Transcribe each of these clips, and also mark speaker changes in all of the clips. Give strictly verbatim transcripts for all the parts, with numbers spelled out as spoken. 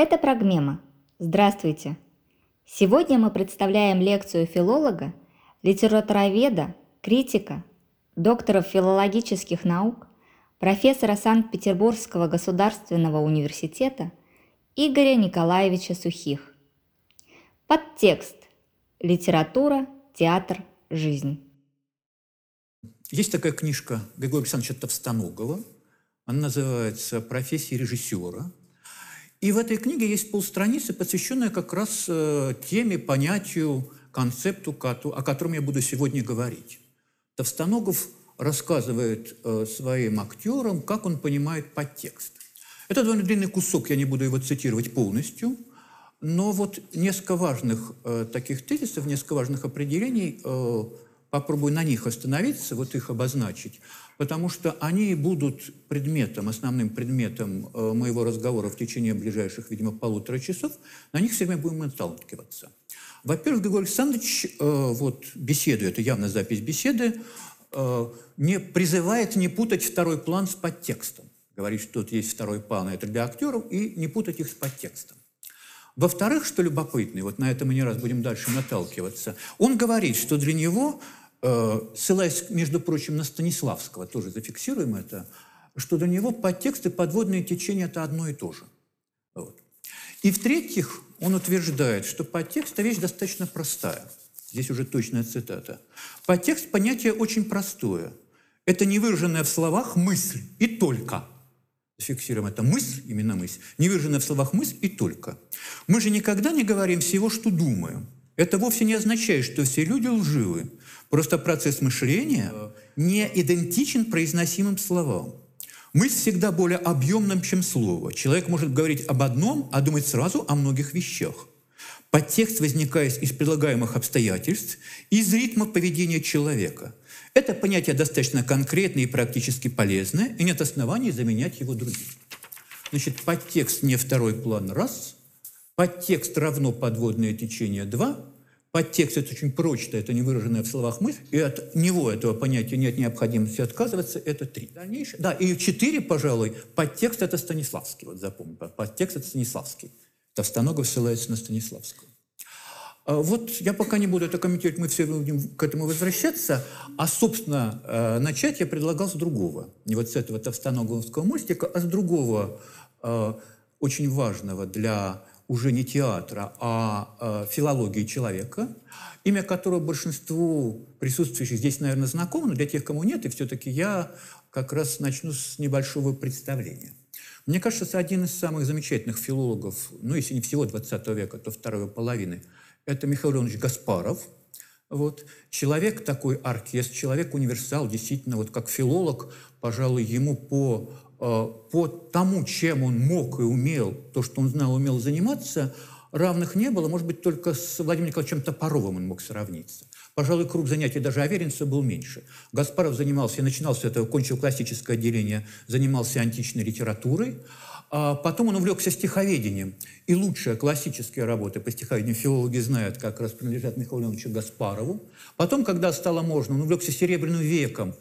Speaker 1: Это Прогмема. Здравствуйте! Сегодня мы представляем лекцию филолога, литературоведа, критика, доктора филологических наук, профессора Санкт-Петербургского государственного университета Игоря Николаевича Сухих. Подтекст. Литература, театр, жизнь.
Speaker 2: Есть такая книжка Григория Александровича Товстоногова. Она называется «Профессия режиссера». И в этой книге есть полстраницы, посвященная как раз э, теме, понятию, концепту, о котором я буду сегодня говорить. Товстоногов рассказывает э, своим актерам, как он понимает подтекст. Это довольно длинный кусок, я не буду его цитировать полностью, но вот несколько важных э, таких тезисов, несколько важных определений, э, попробую на них остановиться, вот их обозначить, потому что они будут предметом, основным предметом э, моего разговора в течение ближайших, видимо, полутора часов. На них все время будем наталкиваться. Во-первых, Григорий Александрович, э, вот беседу, это явно запись беседы, э, не призывает не путать второй план с подтекстом. Говорит, что тут есть второй план, это для актеров, и не путать их с подтекстом. Во-вторых, что любопытно, и вот на это мы не раз будем дальше наталкиваться, он говорит, что для него, ссылаясь, между прочим, на Станиславского, тоже зафиксируем это, что для него подтекст и подводные течения – это одно и то же. Вот. И в-третьих, он утверждает, что подтекст – это вещь достаточно простая. Здесь уже точная цитата. Подтекст – понятие очень простое. Это невыраженная в словах мысль и только. Зафиксируем это. Мысль, именно мысль, невыраженная в словах мысль и только. Мы же никогда не говорим всего, что думаем. Это вовсе не означает, что все люди лживы. Просто процесс мышления не идентичен произносимым словам. Мысль всегда более объемным, чем слово. Человек может говорить об одном, а думать сразу о многих вещах. Подтекст возникает из предлагаемых обстоятельств, из ритма поведения человека. Это понятие достаточно конкретное и практически полезное, и нет оснований заменять его другим. Значит, подтекст не второй план – раз. Подтекст равно подводное течение – два. Подтекст – это очень прочно, это не выраженная в словах мысль, и от него, этого понятия, нет необходимости отказываться – это три. Дальнейшее, да, и четыре, пожалуй, подтекст – это Станиславский, вот запомни, подтекст – это Станиславский. Товстоногов ссылается на Станиславского. Вот я пока не буду это комментировать, мы все будем к этому возвращаться, а, собственно, начать я предлагал с другого. Не вот с этого товстоноговского мостика, а с другого, очень важного для уже не театра, а филологии человека, имя которого большинству присутствующих здесь, наверное, знакомо, но для тех, кому нет, и все-таки я как раз начну с небольшого представления. Мне кажется, это один из самых замечательных филологов, ну, если не всего двадцатого века, то второй половины, это Михаил Леонович Гаспаров. Вот. Человек такой оркестр, человек-универсал, действительно, вот как филолог, пожалуй, ему по, э, по тому, чем он мог и умел, то, что он знал, умел заниматься, равных не было. Может быть, только с Владимиром Николаевичем Топоровым он мог сравниться. Пожалуй, круг занятий даже Аверинца был меньше. Гаспаров занимался, начинал с этого, кончил классическое отделение, занимался античной литературой. А потом он увлекся стиховедением. И лучшие классические работы по стиховедению, филологи знают, как раз принадлежат Михаилу Леоновичу Гаспарову. Потом, когда стало можно, он увлекся Серебряным веком.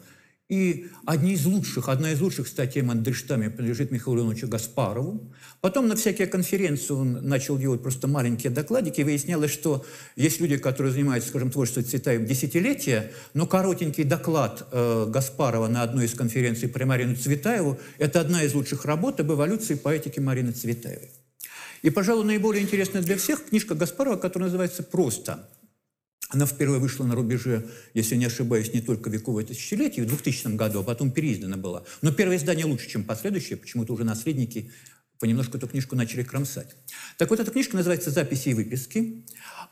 Speaker 2: И одни из лучших, одна из лучших статей Мандельштама принадлежит Михаилу Леоновичу Гаспарову. Потом на всякие конференции он начал делать просто маленькие докладики, и выяснялось, что есть люди, которые занимаются, скажем, творчеством Цветаевым десятилетия, но коротенький доклад э, Гаспарова на одной из конференций про Марину Цветаеву – это одна из лучших работ об эволюции поэтики Марины Цветаевой. И, пожалуй, наиболее интересная для всех книжка Гаспарова, которая называется «Просто». Она впервые вышла на рубеже, если не ошибаюсь, не только вековое тысячелетие, в двухтысячном году, а потом переиздана была. Но первое издание лучше, чем последующее, почему-то уже наследники понемножку эту книжку начали кромсать. Так вот, эта книжка называется «Записи и выписки».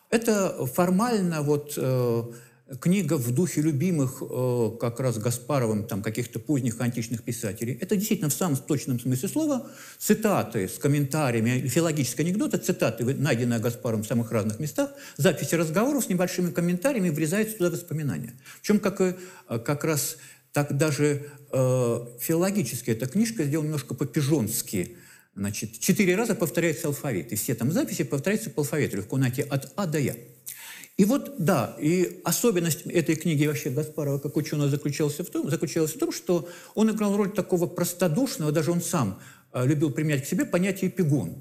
Speaker 2: Это формально вот э, книга в духе любимых э, как раз Гаспаровым там, каких-то поздних античных писателей. Это действительно в самом точном смысле слова цитаты с комментариями, филологические анекдоты, цитаты, найденные Гаспаровым в самых разных местах, записи разговоров с небольшими комментариями, врезаются туда воспоминания. Причем как, и, как раз так даже э, филологически эта книжка сделана немножко по-пижонски. Значит, четыре раза повторяется алфавит, и все там записи повторяются по алфавиту, легко найти от А до Я. И вот, да, и особенность этой книги вообще Гаспарова как ученого заключалась в том, заключалась в том, что он играл роль такого простодушного, даже он сам э, любил применять к себе понятие «эпигон».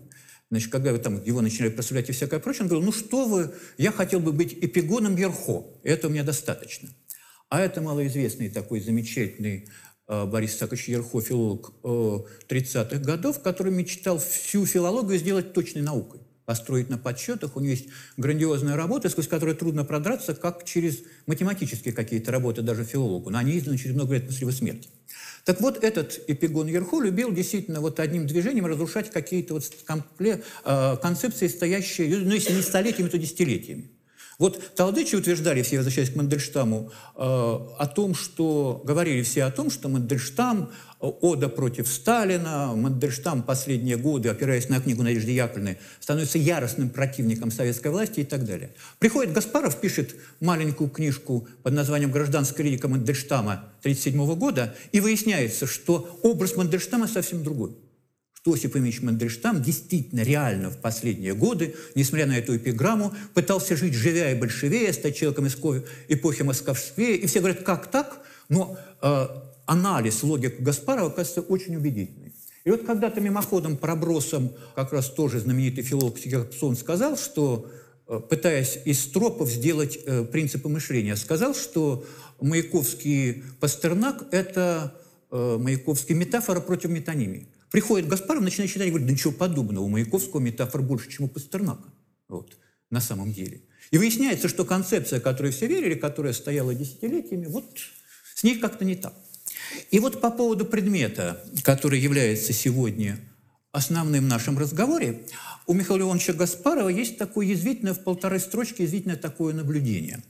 Speaker 2: Значит, когда вы там его начинали прославлять и всякое прочее, он говорил: ну что вы, я хотел бы быть эпигоном Ерхо, этого мне достаточно. А это малоизвестный такой замечательный э, Борис Исаакович Ерхо, филолог э, тридцатых годов, который мечтал всю филологию сделать точной наукой, построить на подсчетах. У него есть грандиозная работа, сквозь которую трудно продраться, как через математические какие-то работы даже филологу, но они изданы через много лет после его смерти. Так вот, этот эпигон Ерхо любил действительно вот одним движением разрушать какие-то вот компле- э, концепции, стоящие, ну, если не столетиями, то десятилетиями. Вот талдычи утверждали все, возвращаясь к Мандельштаму, э, о том, что, говорили все о том, что Мандельштам, э, ода против Сталина, Мандельштам последние годы, опираясь на книгу Надежды Яковлевны, становится яростным противником советской власти и так далее. Приходит Гаспаров, пишет маленькую книжку под названием «Гражданская лирика Мандельштама» тысяча девятьсот тридцать седьмого года, и выясняется, что образ Мандельштама совсем другой. Что Осип Ильич Мандельштам действительно, реально в последние годы, несмотря на эту эпиграмму, пытался жить живя и большевее, стать человеком из эпохи московской. И все говорят, как так? Но э, анализ, логика Гаспарова, кажется, очень убедительный. И вот когда-то мимоходом, пробросом, как раз тоже знаменитый филолог Сигерпсон сказал, что, э, пытаясь из тропов сделать э, принципы мышления, сказал, что Маяковский Пастернак – это э, Маяковский метафора против метонимии. Приходит Гаспаров, начинает читать и говорит: да ничего подобного, у Маяковского метафор больше, чем у Пастернака. Вот, на самом деле. И выясняется, что концепция, которой все верили, которая стояла десятилетиями, вот с ней как-то не так. И вот по поводу предмета, который является сегодня основным в нашем разговоре, у Михаила Ивановича Гаспарова есть такое язвительное, в полторы строчки, язвительное такое наблюдение.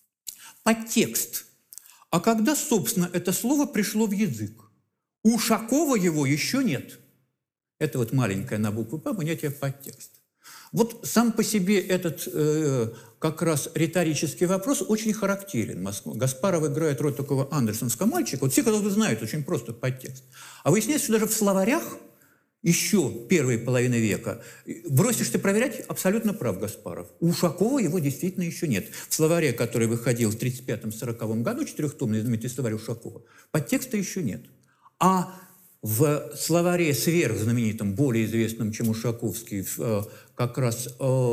Speaker 2: Подтекст. А когда, собственно, это слово пришло в язык? У Ушакова его еще нет. Это вот маленькое на букву «П» понятие подтекст. Вот сам по себе этот э, как раз риторический вопрос очень характерен. Гаспаров играет роль такого андерсонского мальчика. Вот все, кто знают, очень просто подтекст. А выясняется, что даже в словарях еще первой половины века бросишь ты проверять, абсолютно прав Гаспаров. У Ушакова его действительно еще нет. В словаре, который выходил в тридцать пятом — сороковом году, четырехтомный знаменитый словарь Ушакова, подтекста еще нет. А в словаре сверхзнаменитом, более известном, чем Ушаковский, как раз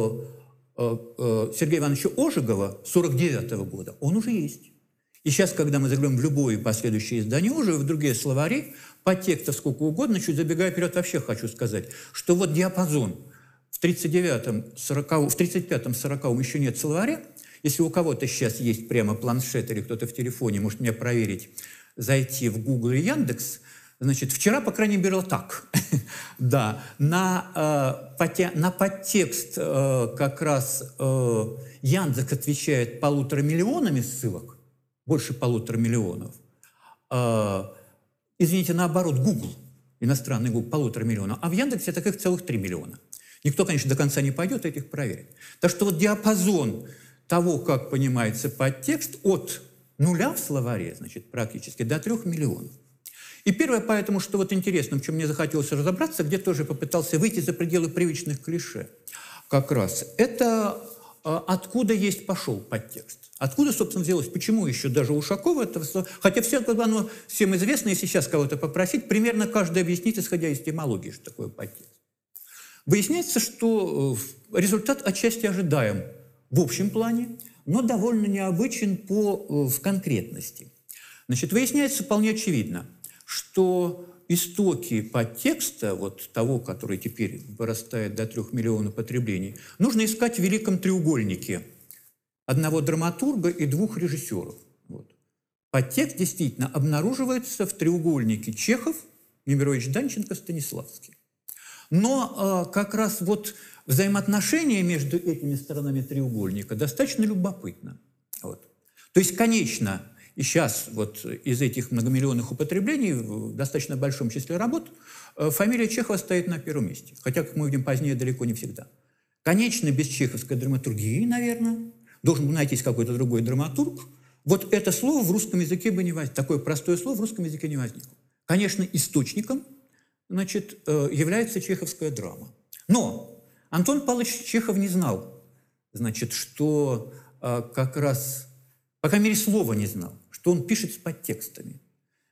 Speaker 2: Сергея Ивановича Ожегова сорок девятого года, он уже есть. И сейчас, когда мы заглянем в любое последующее издание Ожегова, в другие словари, подтекстов сколько угодно, чуть забегая вперед, вообще хочу сказать, что вот диапазон в тридцать девятом — сороковом, в тридцать пятом — сороковом еще нет словаря. Если у кого-то сейчас есть прямо планшет или кто-то в телефоне, может меня проверить, зайти в Google и Яндекс. Значит, вчера, по крайней мере, было так. Да, на, э, поте, на подтекст э, как раз э, Яндекс отвечает полутора миллионами ссылок, больше полутора миллионов. Э, извините, наоборот, Google, иностранный Google, полутора миллионов, а в Яндексе таких целых три миллиона. Никто, конечно, до конца не пойдет этих проверить. Так что вот диапазон того, как понимается подтекст, от нуля в словаре, значит, практически до трех миллионов. И первое, поэтому, что вот интересно, в чем мне захотелось разобраться, где тоже попытался выйти за пределы привычных клише, как раз, это э, откуда есть пошел подтекст. Откуда, собственно, взялось, почему еще даже у Ушакова это, хотя все, оно всем известно, если сейчас кого-то попросить, примерно каждый объяснит, исходя из этимологии, что такое подтекст. Выясняется, что э, результат отчасти ожидаем в общем плане, но довольно необычен по, в конкретности. Значит, выясняется вполне очевидно, что истоки подтекста, вот того, который теперь вырастает до трех миллионов потреблений, нужно искать в великом треугольнике одного драматурга и двух режиссеров. Вот. Подтекст действительно обнаруживается в треугольнике Чехов, Немирович, Данченко, Станиславский. Но э, как раз вот взаимоотношения между этими сторонами треугольника достаточно любопытно. Вот. То есть, конечно, и сейчас вот из этих многомиллионных употреблений в достаточно большом числе работ э, фамилия Чехова стоит на первом месте. Хотя, как мы увидим позднее, далеко не всегда. Конечно, без чеховской драматургии, наверное, должен найтись какой-то другой драматург. Вот это слово в русском языке бы не возникло. Такое простое слово в русском языке не возникло. Конечно, источником, значит, э, является чеховская драма. Но Антон Павлович Чехов не знал, значит, что э, как раз, по крайней мере, слова не знал, что он пишет с подтекстами.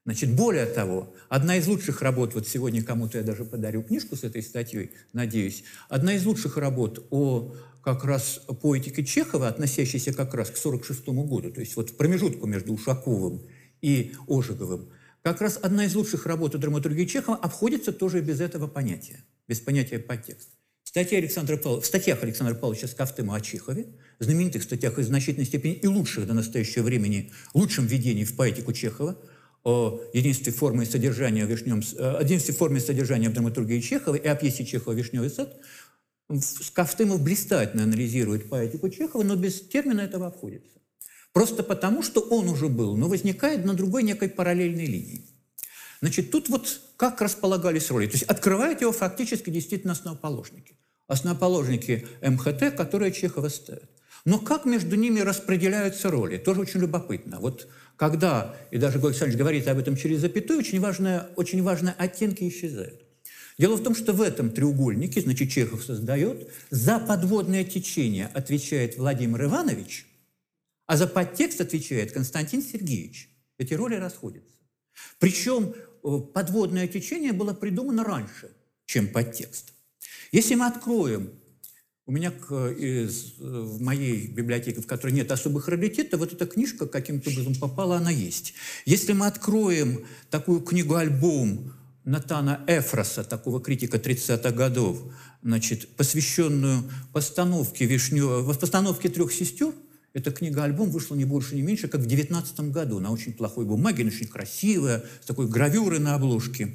Speaker 2: Значит, более того, одна из лучших работ, вот сегодня кому-то я даже подарю книжку с этой статьей, надеюсь, одна из лучших работ о как раз поэтике Чехова, относящейся как раз к сорок шестому году, то есть вот в промежутку между Ушаковым и Ожеговым, как раз одна из лучших работ о драматургии Чехова обходится тоже без этого понятия, без понятия подтекст. Статья Александра Павловича, в статьях Александра Павловича Скафтема о Чехове, знаменитых статьях и в значительной степени и лучших до настоящего времени, лучшем введении в поэтику Чехова, о единстве формы и содержания в Вишневом, о единстве формы и содержания в драматургии Чехова и о пьесе Чехова «Вишневый сад», Скафтемов блистательно анализирует поэтику Чехова, но без термина этого обходится. Просто потому, что он уже был, но возникает на другой некой параллельной линии. Значит, тут вот как располагались роли. То есть открывают его фактически действительно основоположники. Основоположники эм ха тэ, которые Чехова ставят. Но как между ними распределяются роли, тоже очень любопытно. Вот когда, и даже Георгий Александрович говорит об этом через запятую, очень важные, очень важные оттенки исчезают. Дело в том, что в этом треугольнике, значит, Чехов создает, за подводное течение отвечает Владимир Иванович, а за подтекст отвечает Константин Сергеевич. Эти роли расходятся. Причем подводное течение было придумано раньше, чем подтекст. Если мы откроем, у меня из, в моей библиотеке, в которой нет особых раритетов, вот эта книжка каким-то образом попала, она есть. Если мы откроем такую книгу-альбом Натана Эфроса, такого критика тридцатых годов, значит, посвященную постановке, Вишнё... постановке «Трех сестер», эта книга-альбом вышла не больше, не меньше, как в девятнадцатом году, на очень плохой бумаге, очень красивая, с такой гравюрой на обложке,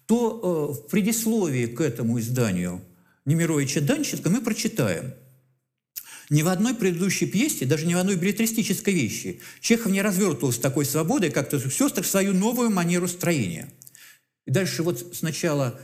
Speaker 2: то э, в предисловии к этому изданию Немировича Данченко мы прочитаем: ни в одной предыдущей пьесе, даже ни в одной билетристической вещи Чехов не развертывал с такой свободой, как в «Сестрах», свою новую манеру строения. И дальше вот сначала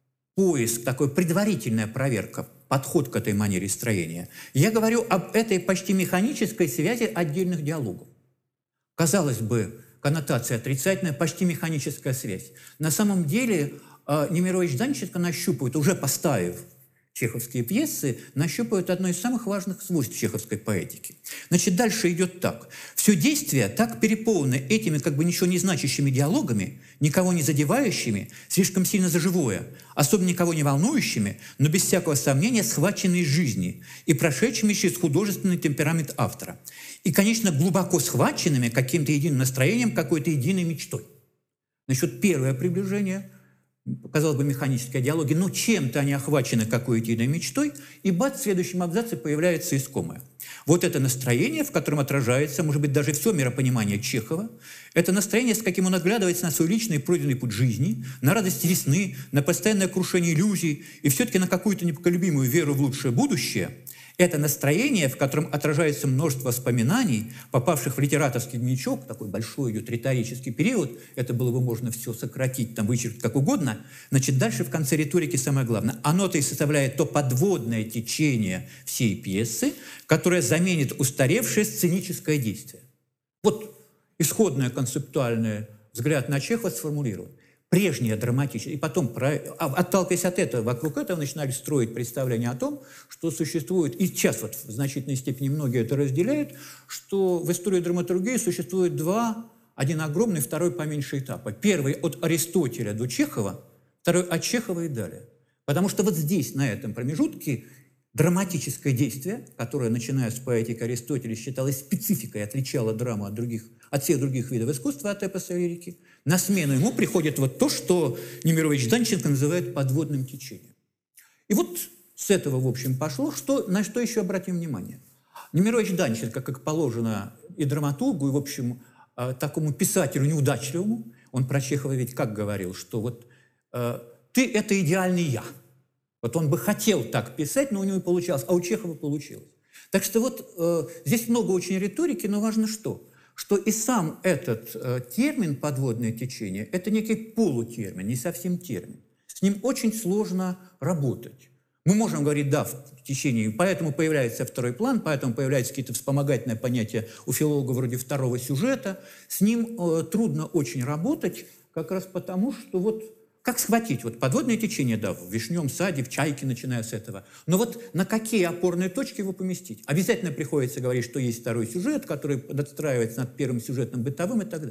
Speaker 2: поиск, такая предварительная проверка, подход к этой манере строения. Я говорю об этой почти механической связи отдельных диалогов. Казалось бы, коннотация отрицательная, почти механическая связь. На самом деле Немирович Данченко нащупывает, уже поставив чеховские пьесы, нащупывают одно из самых важных свойств чеховской поэтики. Значит, дальше идет так. Все действие так переполнено этими как бы ничего не значащими диалогами, никого не задевающими, слишком сильно за живое, особенно никого не волнующими, но без всякого сомнения схваченные из жизни и прошедшими через художественный темперамент автора. И, конечно, глубоко схваченными каким-то единым настроением, какой-то единой мечтой. Значит, первое приближение – казалось бы, механические диалоги, но чем-то они охвачены какой-то единой мечтой, и бац, в следующем абзаце появляется искомое. Вот это настроение, в котором отражается, может быть, даже все миропонимание Чехова, это настроение, с каким он оглядывается на свой личный пройденный путь жизни, на радость весны, на постоянное крушение иллюзий и все-таки на какую-то непоколебимую веру в лучшее будущее. Это настроение, в котором отражается множество воспоминаний, попавших в литераторский дневничок, такой большой идет риторический период, это было бы можно все сократить, там, вычеркнуть как угодно. Значит, дальше в конце риторики самое главное. Оно-то и составляет то подводное течение всей пьесы, которое заменит устаревшее сценическое действие. Вот исходный концептуальный взгляд на Чехова сформулирован. Прежнее драматическое, и потом, отталкиваясь от этого, вокруг этого начинали строить представление о том, что существует, и сейчас вот в значительной степени многие это разделяют, что в истории драматургии существует два, один огромный, второй поменьше этапа. Первый от Аристотеля до Чехова, второй от Чехова и далее. Потому что вот здесь, на этом промежутке, драматическое действие, которое, начиная с поэтики Аристотеля, считалось спецификой, отличало драму от, других, от всех других видов искусства, от эпоса и лирики, на смену ему приходит вот то, что Немирович Данченко называет подводным течением. И вот с этого, в общем, пошло, что, на что еще обратим внимание. Немирович Данченко, как положено и драматургу, и, в общем, такому писателю неудачливому, он про Чехова ведь как говорил, что вот э, «ты – это идеальный я». Вот он бы хотел так писать, но у него не получалось, а у Чехова получилось. Так что вот э, здесь много очень риторики, но важно что? Что и сам этот э, термин «подводное течение» – это некий полутермин, не совсем термин. С ним очень сложно работать. Мы можем говорить «да» в течение, поэтому появляется второй план, поэтому появляются какие-то вспомогательные понятия у филолога вроде второго сюжета. С ним э, трудно очень работать, как раз потому, что вот как схватить? Вот подводное течение, да, в «Вишневом саде», в «Чайке», начиная с этого. Но вот на какие опорные точки его поместить? Обязательно приходится говорить, что есть второй сюжет, который надстраивается над первым сюжетом бытовым и так далее.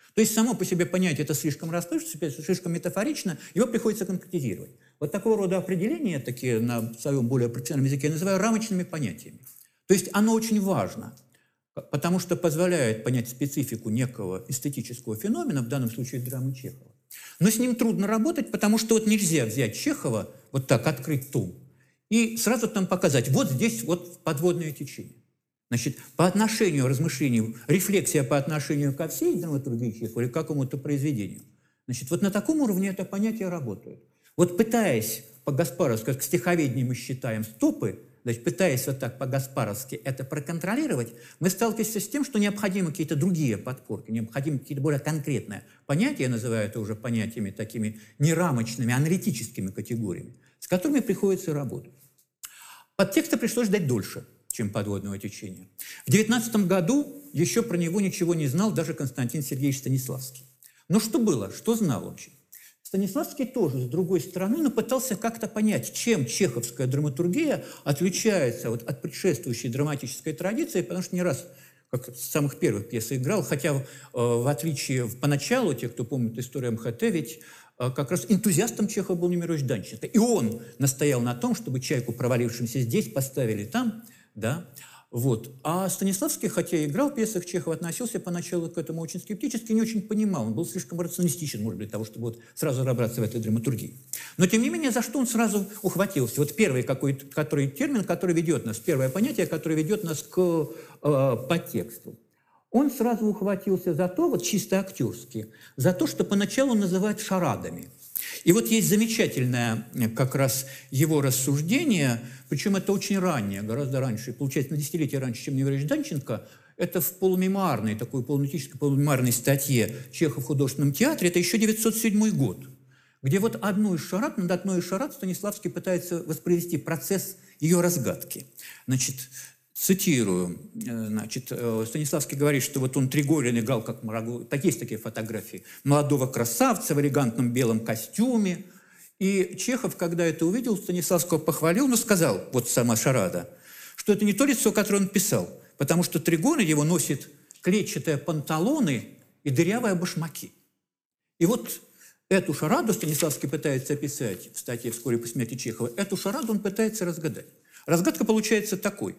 Speaker 2: То есть само по себе понятие это слишком расплывчато, слишком метафорично, его приходится конкретизировать. Вот такого рода определения, такие на своем более профессиональном языке, я называю рамочными понятиями. То есть оно очень важно, потому что позволяет понять специфику некого эстетического феномена, в данном случае драмы Чехова. Но с ним трудно работать, потому что вот нельзя взять Чехова, вот так открыть том, и сразу там показать, вот здесь вот подводное течение. Значит, по отношению размышлению, рефлексия по отношению ко всей драматургии Чехова или к какому-то произведению. Значит, вот на таком уровне это понятие работает. Вот пытаясь по-гаспаровски, как стиховедении мы считаем стопы, значит, пытаясь вот так по-гаспаровски это проконтролировать, мы сталкиваемся с тем, что необходимы какие-то другие подпорки, необходимы какие-то более конкретные понятия, я называю это уже понятиями такими не рамочными, а аналитическими категориями, с которыми приходится работать. Подтекста пришлось ждать дольше, чем подводного течения. В девятнадцатом году еще про него ничего не знал даже Константин Сергеевич Станиславский. Но что было? Что знал вообще? Станиславский тоже, с другой стороны, но пытался как-то понять, чем чеховская драматургия отличается вот от предшествующей драматической традиции, потому что не раз, как с самых первых пьес играл, хотя э, в отличие поначалу, те, кто помнит историю МХТ, ведь э, как раз энтузиастом Чехова был Немирович Данченко. И он настоял на том, чтобы «Чайку», провалившимся здесь, поставили там, да, вот. А Станиславский, хотя и играл в пьесах Чехова, относился поначалу к этому очень скептически, не очень понимал. Он был слишком рационалистичен, может быть, для того, чтобы вот сразу разобраться в этой драматургии. Но, тем не менее, за что он сразу ухватился? Вот первый какой-то, который термин, который ведет нас, первое понятие, которое ведет нас к э, подтексту. Он сразу ухватился за то, вот чисто актерски, за то, что поначалу называют шарадами. И вот есть замечательное как раз его рассуждение, причем это очень раннее, гораздо раньше, получается, на десятилетие раньше, чем Немирович Данченко, это в полумемуарной, такой полумифической полумемуарной статье «Чехов в художественном театре», это еще девятьсот седьмой год, где вот одну из шарад, над одной из шарад Станиславский пытается воспроизвести процесс ее разгадки. Значит, цитирую, значит, Станиславский говорит, что вот он Тригорин играл как Марагу, так есть такие фотографии, молодого красавца в элегантном белом костюме. И Чехов, когда это увидел, Станиславского похвалил, но сказал, вот сама шарада, что это не то лицо, которое он писал, потому что Тригорин его носит клетчатые панталоны и дырявые башмаки. И вот эту шараду Станиславский пытается описать в статье вскоре по смерти Чехова, эту шараду он пытается разгадать. Разгадка получается такой.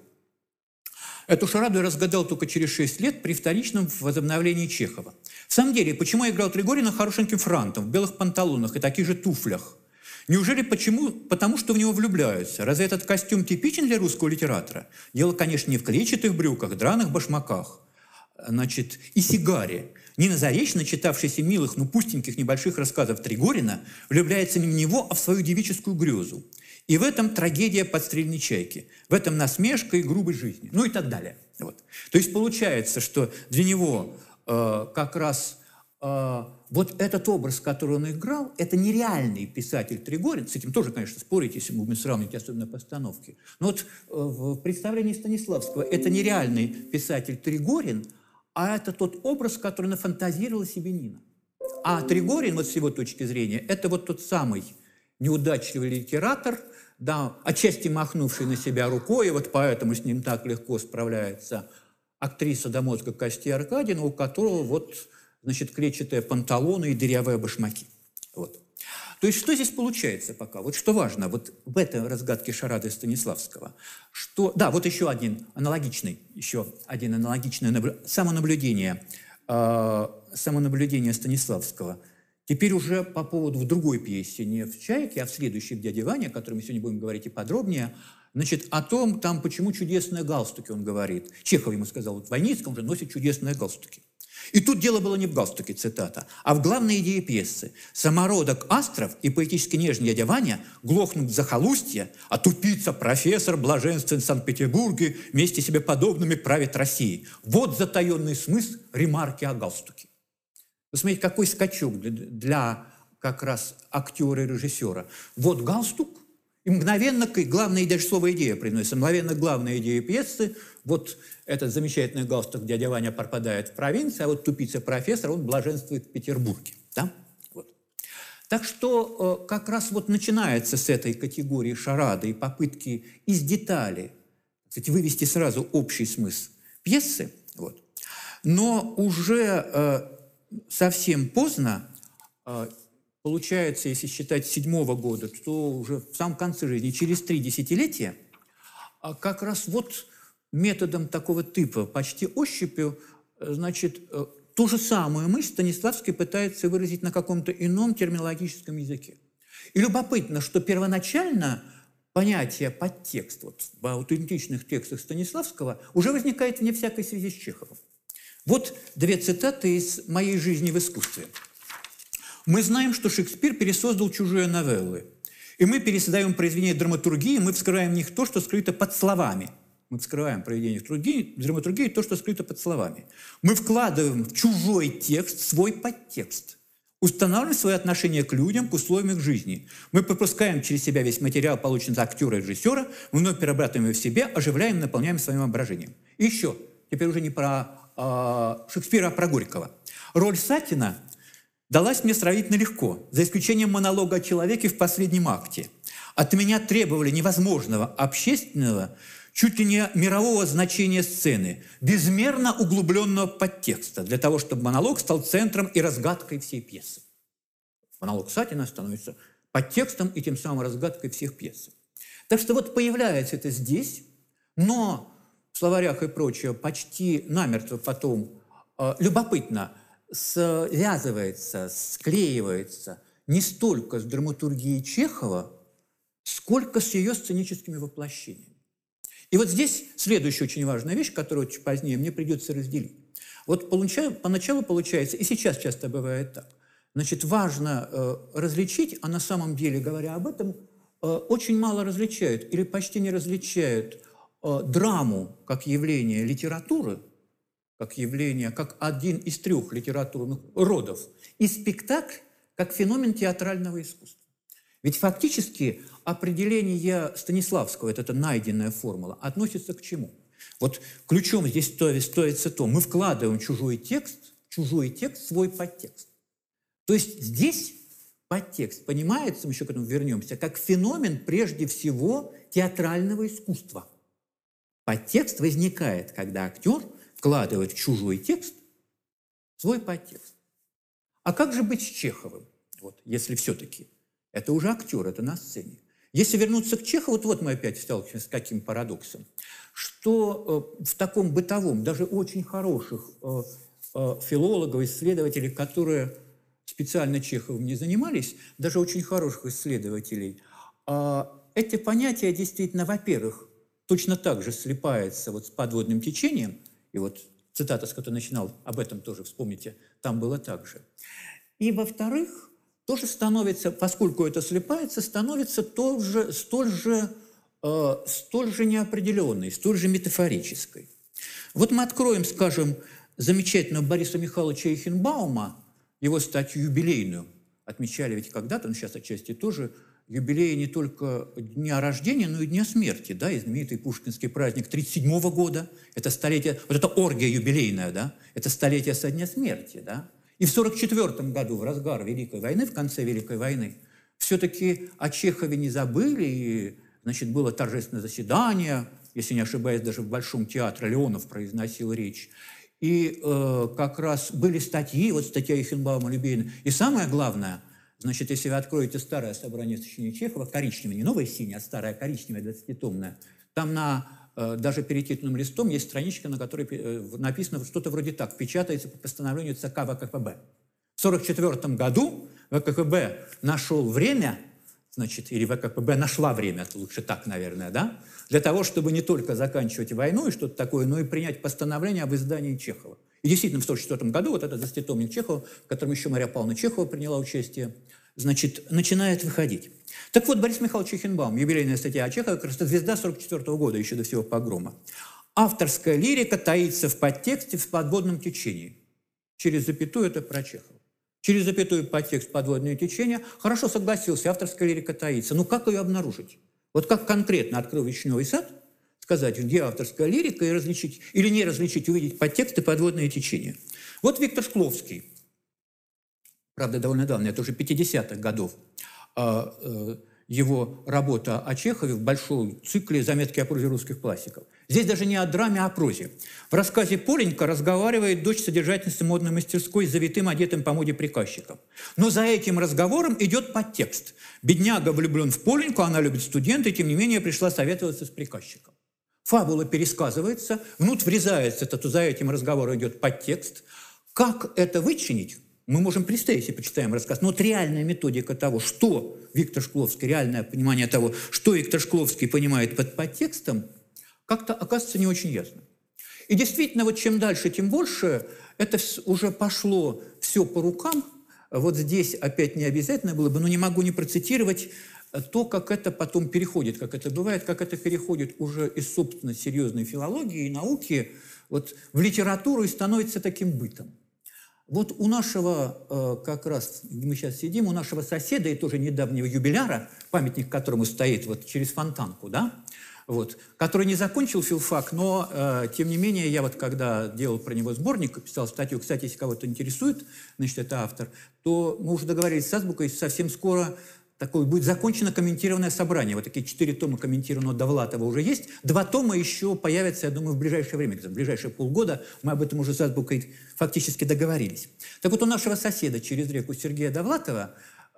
Speaker 2: Эту шараду я разгадал только через шесть лет при вторичном возобновлении Чехова. В самом деле, почему я играл Тригорина хорошеньким франтом, в белых панталонах и таких же туфлях? Неужели почему? Потому что в него влюбляются. Разве этот костюм типичен для русского литератора? Дело, конечно, не в клетчатых брюках, драных башмаках, значит, и сигаре. Нина Заречная, читавшаяся милых, но пустеньких небольших рассказов Тригорина, влюбляется не в него, а в свою девическую грезу. И в этом трагедия подстрельной чайки, в этом насмешка и грубость жизни, ну и так далее. Вот. То есть получается, что для него э, как раз э, вот этот образ, который он играл, это нереальный писатель Тригорин, с этим тоже, конечно, спорить, если мы будем сравнивать, особенно постановки. Но вот э, в представлении Станиславского это нереальный писатель Тригорин, а это тот образ, который нафантазировала себе Нина. А Тригорин, вот с его точки зрения, это вот тот самый неудачливый литератор, да, отчасти махнувший на себя рукой, и вот поэтому с ним так легко справляется актриса до мозга костей Аркадьевна, у которого вот, значит, клетчатые панталоны и дырявые башмаки. Вот. То есть что здесь получается пока? Вот что важно вот в этой разгадке шарады Станиславского, что, да, вот еще один аналогичный, еще один аналогичное наблю... самонаблюдение, э, самонаблюдение Станиславского. Теперь уже по поводу в другой пьесе, не в «Чайке», а в следующей в «Дяде Ване», о которой мы сегодня будем говорить и подробнее, значит, о том, там, почему чудесные галстуки, он говорит. Чехов ему сказал, вот Войницкий, он же носит чудесные галстуки. И тут дело было не в галстуке, цитата, а в главной идее пьесы. Самородок Астров и поэтически нежный дядя Ваня глохнут в захолустье, а тупица профессор блаженствен в Санкт-Петербурге вместе себе подобными правит Россией. Вот затаенный смысл ремарки о галстуке. Посмотрите, какой скачок для, для как раз актера и режиссера. Вот галстук, и мгновенно, главная даже слово идея приносится, мгновенно главная идея пьесы, вот этот замечательный галстук дядя Ваня пропадает в провинции, а вот тупица профессор, он блаженствует в Петербурге. Да? Вот. Так что как раз вот начинается с этой категории шарады и попытки из деталей, кстати, вывести сразу общий смысл пьесы, вот. Но уже совсем поздно, получается, если считать с седьмого года, то уже в самом конце жизни, через три десятилетия, как раз вот методом такого типа, почти ощупью, значит, ту же самую мысль Станиславский пытается выразить на каком-то ином терминологическом языке. И любопытно, что первоначально понятие подтекст вот, в аутентичных текстах Станиславского уже возникает вне всякой связи с Чеховым. Вот две цитаты из «Моей жизни в искусстве». «Мы знаем, что Шекспир пересоздал чужие новеллы, и мы пересоздаем произведения драматургии, мы вскрываем в них то, что скрыто под словами». Мы вскрываем произведения драматургии то, что скрыто под словами. Мы вкладываем в чужой текст свой подтекст. Устанавливаем свои отношения к людям, к условиям их жизни. Мы пропускаем через себя весь материал, полученный от актера и режиссера, мы вновь перерабатываем его в себе, оживляем, наполняем своим воображением. И еще, теперь уже не про э, Шекспира, а про Горького. Роль Сатина далась мне сравнительно легко, за исключением монолога о человеке в последнем акте. От меня требовали невозможного общественного, чуть ли не мирового значения сцены, безмерно углубленного подтекста, для того, чтобы монолог стал центром и разгадкой всей пьесы. Монолог Сатина становится подтекстом и тем самым разгадкой всех пьес. Так что вот появляется это здесь, но в словарях и прочее почти намертво потом, э, любопытно, связывается, склеивается не столько с драматургией Чехова, сколько с ее сценическими воплощениями. И вот здесь следующая очень важная вещь, которую чуть позднее мне придется разделить. Вот поначалу получается, и сейчас часто бывает так, значит, важно э, различить, а на самом деле, говоря об этом, э, очень мало различают или почти не различают э, драму как явление литературы, как явление, как один из трех литературных родов, и спектакль как феномен театрального искусства. Ведь фактически определение Станиславского, это найденная формула, относится к чему? Вот ключом здесь стоится то, мы вкладываем чужой текст, чужой текст в свой подтекст. То есть здесь подтекст понимается, мы еще к этому вернемся, как феномен прежде всего театрального искусства. Подтекст возникает, когда актер вкладывает в чужой текст свой подтекст. А как же быть с Чеховым, вот, если все-таки? Это уже актер, это на сцене. Если вернуться к Чехову, вот, вот мы опять сталкиваемся с каким парадоксом, что э, в таком бытовом, даже очень хороших э, э, филологов, исследователей, которые специально Чеховым не занимались, даже очень хороших исследователей, э, эти понятия действительно, во-первых, точно так же слипаются вот с подводным течением, и вот цитата, с которой начинал, об этом тоже вспомните, там было так же. И, во-вторых, тоже становится, поскольку это слипается, становится тоже, столь, же, э, столь же неопределенной, столь же метафорической. Вот мы откроем, скажем, замечательного Бориса Михайловича Эйхенбаума, его статью юбилейную. Отмечали ведь когда-то, но сейчас отчасти тоже, юбилеи не только дня рождения, но и дня смерти, да, и знаменитый пушкинский праздник тридцать седьмого года, это столетие, вот это оргия юбилейная, да, это столетие со дня смерти, да. И в сорок четвёртом году, в разгар Великой войны, в конце Великой войны, все-таки о Чехове не забыли, и, значит, было торжественное заседание, если не ошибаюсь, даже в Большом театре Леонов произносил речь. И э, как раз были статьи, вот статья Эйхенбаума «Любейна». И самое главное, значит, если вы откроете старое собрание сочинений Чехова, коричневое, не новое синее, а старое коричневое, двадцатитомное, там на даже перед титульным листом есть страничка, на которой написано что-то вроде так: печатается по постановлению ЦК ВКПБ. В сорок четвёртом году ВКПБ нашел время, значит, или ВКПБ нашла время, лучше так, наверное, да, для того, чтобы не только заканчивать войну и что-то такое, но и принять постановление об издании Чехова. И действительно, в сорок четвёртом году вот этот двадцатитомник Чехова, в котором еще Мария Павловна Чехова приняла участие, значит, начинает выходить. Так вот, Борис Михайлович Эйхенбаум, юбилейная статья о Чехове, как раз звезда сорок четвёртого года, еще до всего погрома. Авторская лирика таится в подтексте, в подводном течении. Через запятую это про Чехова. Через запятую подтекст, подводное течение. Хорошо, согласился, авторская лирика таится. Ну как ее обнаружить? Вот как конкретно, открыл «Вишневый сад», сказать, где авторская лирика, и различить, или не различить, увидеть подтекст и подводное течение. Вот Виктор Шкловский, правда, довольно давно, это уже пятидесятых годов, его работа о Чехове в большом цикле «Заметки о прозе русских классиков». Здесь даже не о драме, а о прозе. В рассказе Поленька разговаривает дочь содержательницы модной мастерской с завитым, одетым по моде приказчиком. Но за этим разговором идет подтекст. Бедняга влюблен в Поленьку, она любит студента, и тем не менее пришла советоваться с приказчиком. Фабула пересказывается, внутрь врезается, это, то за этим разговором идет подтекст. Как это вычинить? Мы можем представить, если почитаем рассказ, но вот реальная методика того, что Виктор Шкловский, реальное понимание того, что Виктор Шкловский понимает под подтекстом, как-то оказывается не очень ясно. И действительно, вот чем дальше, тем больше, это уже пошло все по рукам. Вот здесь опять не обязательно было бы, но не могу не процитировать то, как это потом переходит, как это бывает, как это переходит уже из, собственно, серьезной филологии и науки вот, в литературу и становится таким бытом. Вот у нашего, как раз, где мы сейчас сидим, у нашего соседа и тоже недавнего юбиляра, памятник которому стоит вот через Фонтанку, да, вот, который не закончил филфак, но, э, тем не менее, я вот когда делал про него сборник, писал статью, кстати, если кого-то интересует, значит, это автор, то мы уже договорились с Азбукой, совсем скоро такое будет закончено комментированное собрание. Вот такие четыре тома комментированного Довлатова уже есть. Два тома еще появятся, я думаю, в ближайшее время, в ближайшие полгода. Мы об этом уже с Азбукой фактически договорились. Так вот, у нашего соседа через реку Сергея Довлатова,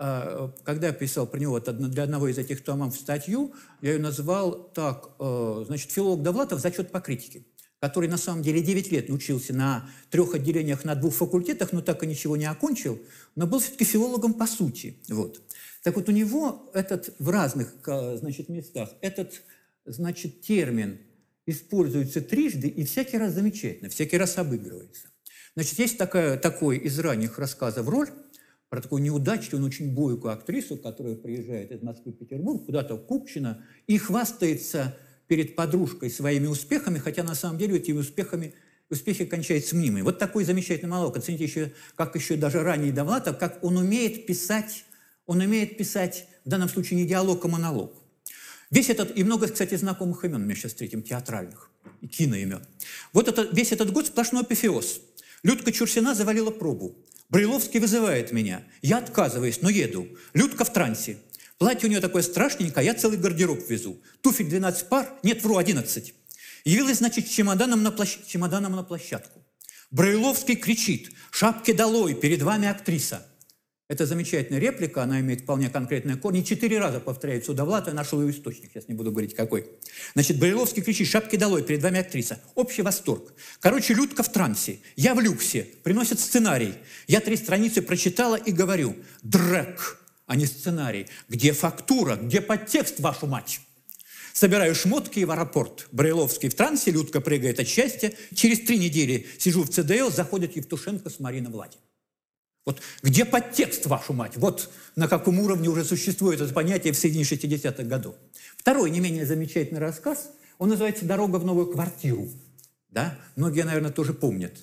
Speaker 2: когда я писал про него для одного из этих томов статью, я ее назвал так, значит, филолог Довлатов «Зачет по критике», который на самом деле девять лет учился на трех отделениях, на двух факультетах, но так и ничего не окончил, но был все-таки филологом по сути. Вот. Так вот, у него этот в разных, значит, местах этот, значит, термин используется трижды и всякий раз замечательно, всякий раз обыгрывается. Значит, есть такая, такой из ранних рассказов роль про такую неудачную, очень бойкую актрису, которая приезжает из Москвы в Петербург, куда-то в Купчино, и хвастается перед подружкой своими успехами, хотя на самом деле этими успехами, успехи кончаются мнимыми. Вот такой замечательный монолог. Оцените еще, как еще даже ранний Довлатов, как он умеет писать, он умеет писать, в данном случае не диалог, а монолог. Весь этот, и много, кстати, знакомых имен мы сейчас встретим, театральных, и киноимен. Вот это, весь этот год сплошной апофеоз. Людка Чурсина завалила пробу. Брайловский вызывает меня. Я отказываюсь, но еду. Людка в трансе. Платье у нее такое страшненькое, я целый гардероб везу. Туфель двенадцать пар, нет, вру, одиннадцать. Явилась, значит, с чемоданом на, площ... чемоданом на площадку. Брайловский кричит: «Шапки долой, перед вами актриса». Это замечательная реплика, она имеет вполне конкретные корни. Четыре раза повторяется у Довлатова, я нашел ее источник, сейчас не буду говорить какой. Значит, Брайловский кричит: «Шапки долой, перед вами актриса». Общий восторг. Короче, Людка в трансе, я в люксе, приносят сценарий. Я три страницы прочитала и говорю: «Дрэк, а не сценарий. Где фактура, где подтекст, вашу мать?» Собираю шмотки и в аэропорт. Брайловский в трансе, Людка прыгает от счастья. Через три недели сижу в ЦДЛ, заходят Евтушенко с Мариной Влади. Вот где подтекст, вашу мать? Вот на каком уровне уже существует это понятие в середине шестидесятых годов. Второй, не менее замечательный рассказ, он называется «Дорога в новую квартиру». Да? Многие, наверное, тоже помнят.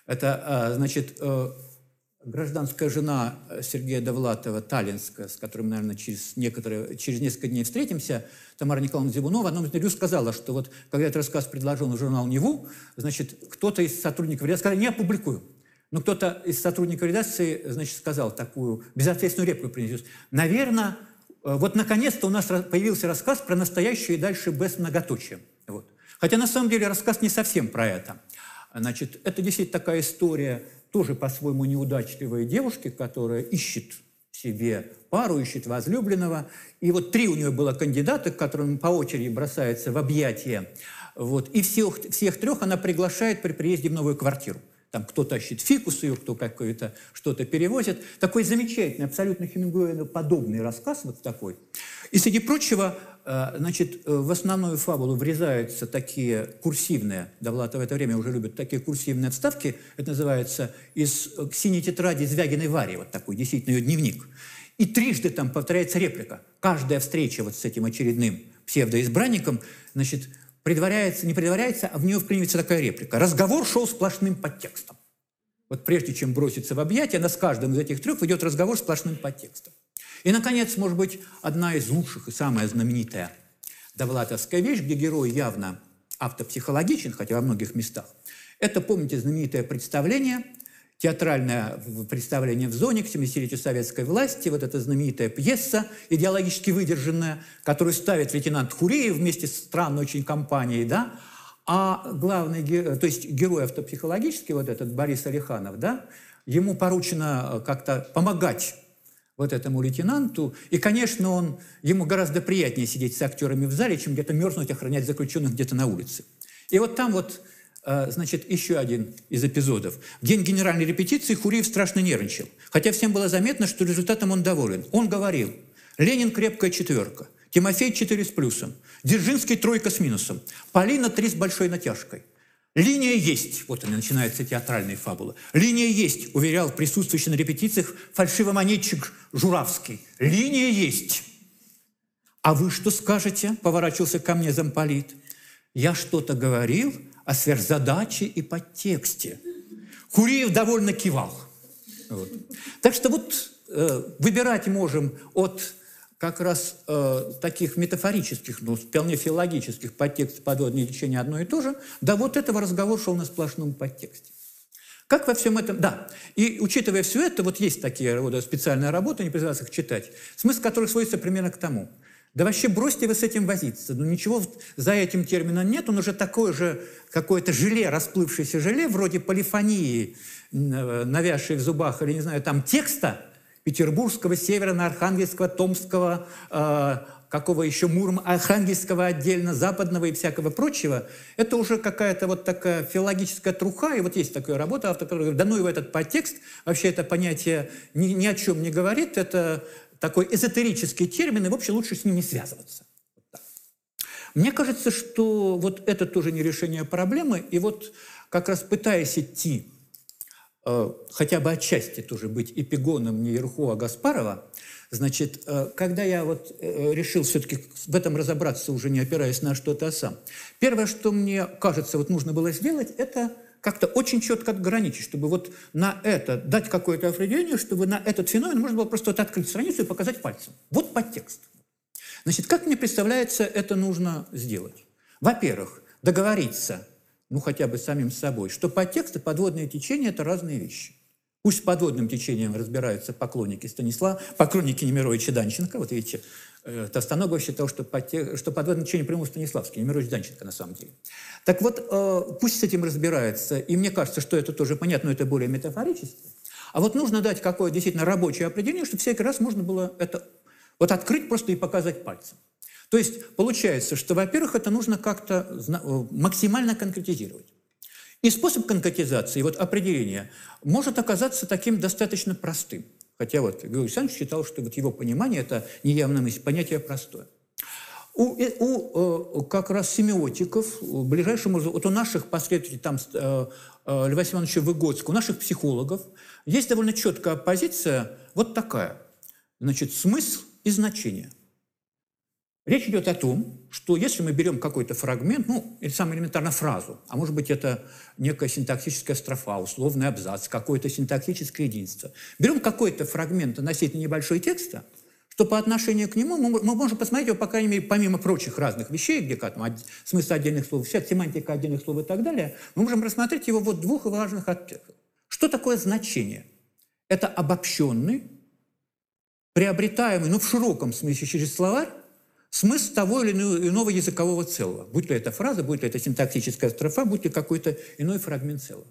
Speaker 2: Это, значит, гражданская жена Сергея Довлатова, таллинская, с которой мы, наверное, через, некоторые, через несколько дней встретимся, Тамара Николаевна Зибунова, в одном интервью сказала, что вот, когда этот рассказ предложен в журнал «Неву», значит, кто-то из сотрудников редакции сказал: «Не опубликую». Но кто-то из сотрудников редакции, значит, сказал такую безответственную реплику принес. Наверное, вот наконец-то у нас появился рассказ про настоящее и дальше без многоточия. Вот. Хотя на самом деле рассказ не совсем про это. Значит, это действительно такая история тоже по-своему неудачливой девушки, которая ищет себе пару, ищет возлюбленного. И вот три у нее было кандидата, к которым по очереди бросается в объятия. Вот. И всех, всех трех она приглашает при приезде в новую квартиру. Там кто тащит фикус ее, кто какое-то что-то перевозит. Такой замечательный, абсолютно Хемингуэю-подобный рассказ вот такой. И, среди прочего, значит, в основную фабулу врезаются такие курсивные, Довлатов в это время уже любит такие курсивные вставки, это называется из «Синей тетради Звягиной Вари», вот такой, действительно, ее дневник. И трижды там повторяется реплика. Каждая встреча вот с этим очередным псевдоизбранником, значит, предваряется, не предваряется, а в нее вклинивается такая реплика. Разговор шел сплошным подтекстом. Вот прежде чем броситься в объятия, она с каждым из этих трех ведет разговор сплошным подтекстом. И, наконец, может быть, одна из лучших и самая знаменитая довлатовская вещь, где герой явно автопсихологичен, хотя во многих местах. Это, помните, знаменитое представление театральное представление в зоне к семидесятилетию советской власти, вот эта знаменитая пьеса, идеологически выдержанная, которую ставит лейтенант Хуреев вместе с странной очень компанией, да, а главный, то есть герой автопсихологический, вот этот Борис Алиханов, да, ему поручено как-то помогать вот этому лейтенанту, и, конечно, он, ему гораздо приятнее сидеть с актерами в зале, чем где-то мерзнуть, охранять заключенных где-то на улице. И вот там вот, значит, еще один из эпизодов. В день генеральной репетиции Хуреев страшно нервничал, хотя всем было заметно, что результатом он доволен. Он говорил: «Ленин – крепкая четверка, Тимофей – четыре с плюсом, Дзержинский – тройка с минусом, Полина – три с большой натяжкой. Линия есть». Вот она, начинается театральная фабула. «Линия есть», уверял присутствующий на репетициях фальшивомонетчик Журавский. «Линия есть». «А вы что скажете?» – поворачивался ко мне замполит. «Я что-то говорил о сверхзадаче и подтексте». Хуреев довольно кивал. Вот. Так что вот э, выбирать можем от как раз э, таких метафорических, ну, вполне филологических подтекстов подводное течение одно и то же, да вот этого разговор шел на сплошном подтексте. Как во всем этом... Да, и учитывая все это, вот есть такие вот, специальные работы, не призываю их читать, смысл которых сводится примерно к тому: да вообще бросьте вы с этим возиться, ну ничего за этим термином нет, он уже такое же какое-то желе, расплывшееся желе, вроде полифонии, навязшей в зубах, или, не знаю, там текста, Петербургского, Северного, Архангельского, Томского, э, какого еще Муром, Архангельского отдельно, Западного и всякого прочего. Это уже какая-то вот такая филологическая труха. И вот есть такая работа, автор, который говорит: да ну его этот подтекст, вообще это понятие ни, ни о чем не говорит, это такой эзотерический термин, и вообще лучше с ним не связываться. Вот так. Мне кажется, что вот это тоже не решение проблемы, и вот как раз пытаясь идти хотя бы отчасти тоже быть эпигоном не Ерху, а Гаспарова, значит, когда я вот решил все-таки в этом разобраться, уже не опираясь на что-то, а сам, первое, что мне кажется, вот нужно было сделать, это как-то очень четко отграничить, чтобы вот на это дать какое-то определение, чтобы на этот феномен можно было просто вот открыть страницу и показать пальцем. Вот подтекст. Значит, как мне представляется, это нужно сделать? Во-первых, договориться, ну, хотя бы самим собой, что подтекст и подводное течение – это разные вещи. Пусть с подводным течением разбираются поклонники Станислава, поклонники Немировича Данченко. Вот видите, Товстоногов считал, что, подтекст, что подводное течение придумал Станиславский, Немирович Данченко на самом деле. Так вот, пусть с этим разбираются, и мне кажется, что это тоже понятно, но это более метафорически. А вот нужно дать какое-то действительно рабочее определение, чтобы всякий раз можно было это вот открыть просто и показать пальцем. То есть получается, что, во-первых, это нужно как-то максимально конкретизировать. И способ конкретизации, вот определения, может оказаться таким достаточно простым. Хотя вот Григорий Александрович считал, что вот его понимание – это неявное понятие простое. У, у как раз семиотиков, ближайшему, вот у наших последователей, там, Льва Семеновича Выгодского, у наших психологов есть довольно четкая позиция вот такая. Значит, смысл и значение. Речь идет о том, что если мы берем какой-то фрагмент, ну, или самое элементарно фразу, а может быть это некая синтаксическая строфа, условный абзац, какое-то синтаксическое единство, берем какой-то фрагмент относительно небольшой текста, что по отношению к нему мы, мы можем посмотреть его, по крайней мере, помимо прочих разных вещей, где там смысл отдельных слов, вся семантика отдельных слов и так далее, мы можем рассмотреть его вот в двух важных аспектах. Что такое значение? Это обобщенный, приобретаемый, ну, в широком смысле через словарь, смысл того или иного языкового целого. Будь то это фраза, будь то это синтаксическая строфа, будь то какой-то иной фрагмент целого.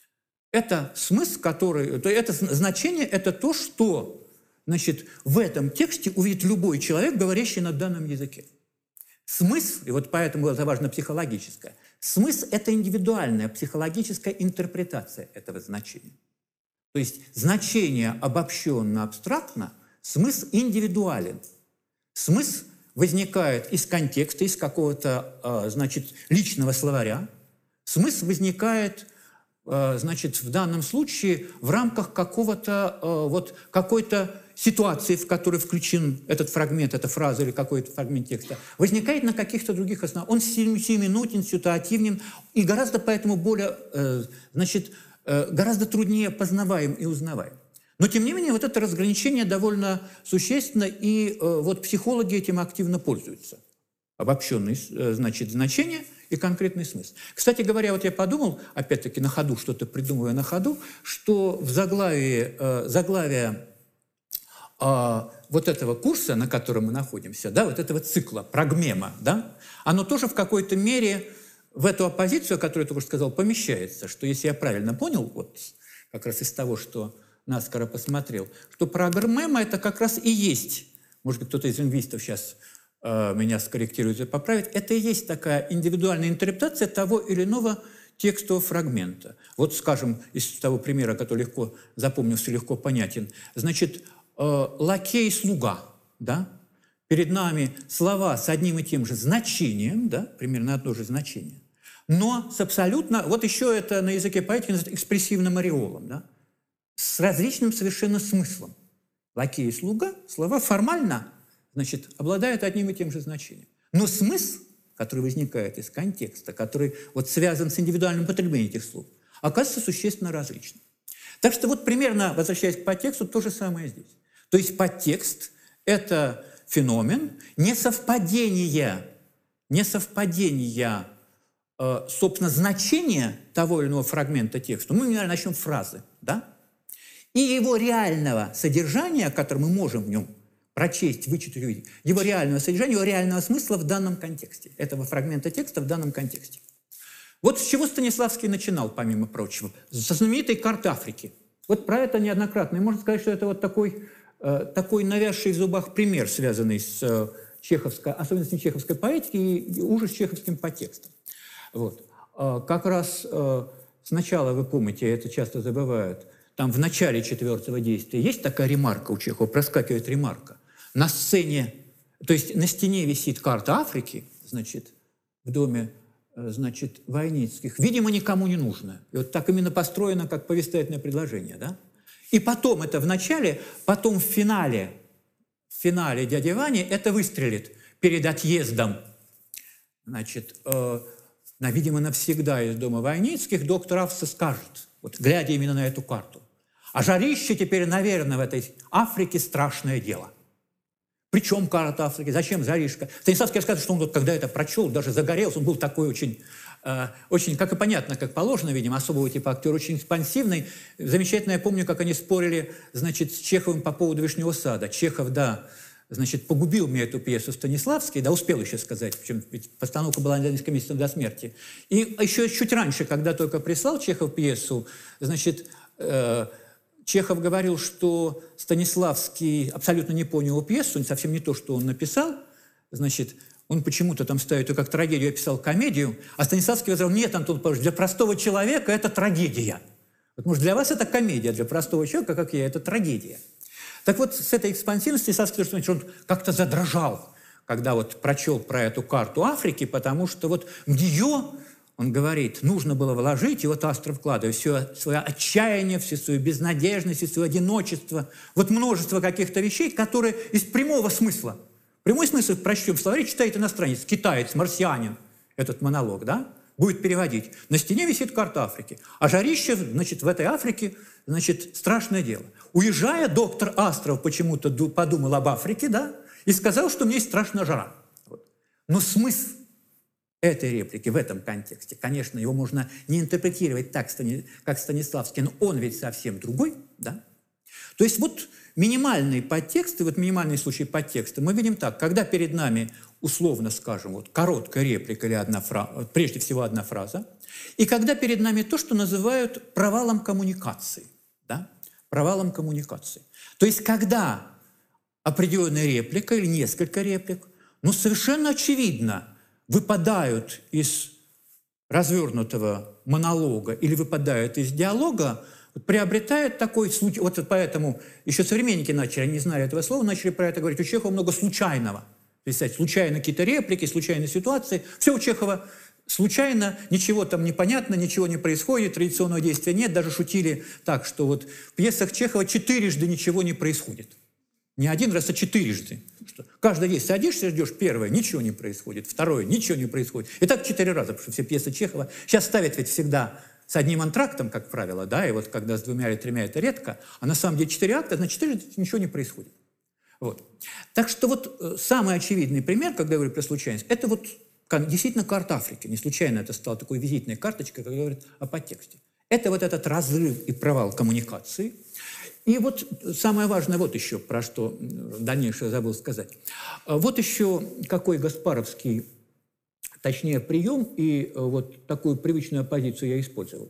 Speaker 2: Это смысл, который... То это значение – это то, что, значит, в этом тексте увидит любой человек, говорящий на данном языке. Смысл, и вот поэтому это важно психологическое, смысл – это индивидуальная психологическая интерпретация этого значения. То есть значение обобщенно, абстрактно, смысл индивидуален. Смысл возникает из контекста, из какого-то, значит, личного словаря. Смысл возникает, значит, в данном случае в рамках какого-то, вот, какой-то ситуации, в которой включен этот фрагмент, эта фраза или какой-то фрагмент текста, возникает на каких-то других основах. Он сиюминутен, ситуативен и гораздо поэтому более, значит, гораздо труднее познаваем и узнаваем. Но, тем не менее, вот это разграничение довольно существенно, и э, вот психологи этим активно пользуются. Обобщенные, э, значит, значения и конкретный смысл. Кстати говоря, вот я подумал, опять-таки на ходу, что-то придумывая на ходу, что в заглавии, э, заглавие э, вот этого курса, на котором мы находимся, да, вот этого цикла, прогмема, да, оно тоже в какой-то мере в эту оппозицию, которую я только что сказал, помещается, что, если я правильно понял, вот как раз из того, что наскоро посмотрел, что прогмема – это как раз и есть, может быть, кто-то из лингвистов сейчас меня скорректирует и поправит, это и есть такая индивидуальная интерпретация того или иного текстового фрагмента. Вот, скажем, из того примера, который легко запомнился, легко понятен, значит, лакей и слуга, да? Перед нами слова с одним и тем же значением, да? Примерно одно же значение, но с абсолютно, вот еще это на языке поэтики называют экспрессивным ореолом, да? С различным совершенно смыслом. Лакей и слуга, слова формально, значит, обладают одним и тем же значением. Но смысл, который возникает из контекста, который вот связан с индивидуальным потреблением этих слов, оказывается существенно различным. Так что вот примерно, возвращаясь к подтексту, то же самое здесь. То есть подтекст – это феномен несовпадения, несовпадения, э, собственно, значения того или иного фрагмента текста. Мы, наверное, начнем с фразы, да? И его реального содержания, которое мы можем в нем прочесть, вычитать, увидеть, его реального содержания, его реального смысла в данном контексте, этого фрагмента текста в данном контексте. Вот с чего Станиславский начинал, помимо прочего, со знаменитой карты Африки. Вот про это неоднократно. И можно сказать, что это вот такой, э, такой навязший в зубах пример, связанный с э, чеховской, особенностями чеховской поэтики и уже с чеховским подтекстом. Вот. Э, как раз э, сначала, вы помните, это часто забывают, там в начале четвертого действия есть такая ремарка у Чехова, проскакивает ремарка. На сцене, то есть на стене висит карта Африки, значит, в доме, значит, Войницких, видимо, никому не нужно. И вот так именно построено, как повествовательное предложение, да? И потом это в начале, потом в финале, в финале дяди Вани это выстрелит перед отъездом, значит, э, на, видимо, навсегда из дома Войницких доктор Авса скажет, вот глядя именно на эту карту, а жарище теперь, наверное, в этой Африке страшное дело. Причем карта Африки? Зачем жаришка? Станиславский рассказывает, что он, вот, когда это прочел, даже загорелся. Он был такой очень, э, очень, как и понятно, как положено, видимо, особого типа актер, очень экспансивный. Замечательно, я помню, как они спорили, значит, с Чеховым по поводу «Вишневого сада». Чехов, да, значит, погубил мне эту пьесу Станиславский, да, успел еще сказать, причем постановка была несколько месяцев до смерти. И еще чуть раньше, когда только прислал Чехов пьесу, значит, э, Чехов говорил, что Станиславский абсолютно не понял пьесу, совсем не то, что он написал. Значит, он почему-то там ставит ее как трагедию, я писал комедию. А Станиславский сказал, нет, Антон Павлович, для простого человека это трагедия. Вот, может, для вас это комедия, для простого человека, как я, это трагедия. Так вот, с этой экспансивностью Станиславский, что он как-то задрожал, когда вот прочел про эту карту Африки, потому что вот в нее... Он говорит, нужно было вложить, и вот автор вкладывает все свое отчаяние, всю свою безнадежность, все свое одиночество, вот множество каких-то вещей, которые из прямого смысла. Прямой смысл, прочтем в словаре, читает иностранец, китаец, марсианин, этот монолог, да, будет переводить. На стене висит карта Африки, а жарище, значит, в этой Африке, значит, страшное дело. Уезжая, доктор Астров почему-то подумал об Африке, да, и сказал, что мне есть страшная жара. Вот. Но смысл этой реплики в этом контексте, конечно, его можно не интерпретировать так, как Станиславский, но он ведь совсем другой, да? То есть вот минимальные подтексты, вот минимальный случай подтекста, мы видим так, когда перед нами, условно скажем, вот короткая реплика или одна фраза, прежде всего одна фраза, и когда перед нами то, что называют провалом коммуникации, да? Провалом коммуникации. То есть когда определенная реплика или несколько реплик, ну совершенно очевидно, выпадают из развернутого монолога или выпадают из диалога, приобретает такой случай. Вот поэтому еще современники начали, они не знали этого слова, начали про это говорить. У Чехова много случайного. Писать случайно какие-то реплики, случайные ситуации. Все у Чехова случайно, ничего там не понятно, ничего не происходит, традиционного действия нет. Даже шутили так, что вот в пьесах Чехова четырежды ничего не происходит. Не один раз, а четырежды. Что каждый день садишься, ждешь, первое, ничего не происходит, второе, ничего не происходит. И так четыре раза, потому что все пьесы Чехова сейчас ставят ведь всегда с одним антрактом, как правило, да, и вот когда с двумя или тремя это редко, а на самом деле четыре акта, значит, четырежды ничего не происходит. Вот. Так что вот самый очевидный пример, когда я говорю про случайность, это вот действительно карта Африки. Не случайно это стало такой визитной карточкой, когда говорят о подтексте. Это вот этот разрыв и провал коммуникации. И вот самое важное вот еще, про что дальнейшее забыл сказать. Вот еще какой гаспаровский, точнее, прием и вот такую привычную оппозицию я использовал.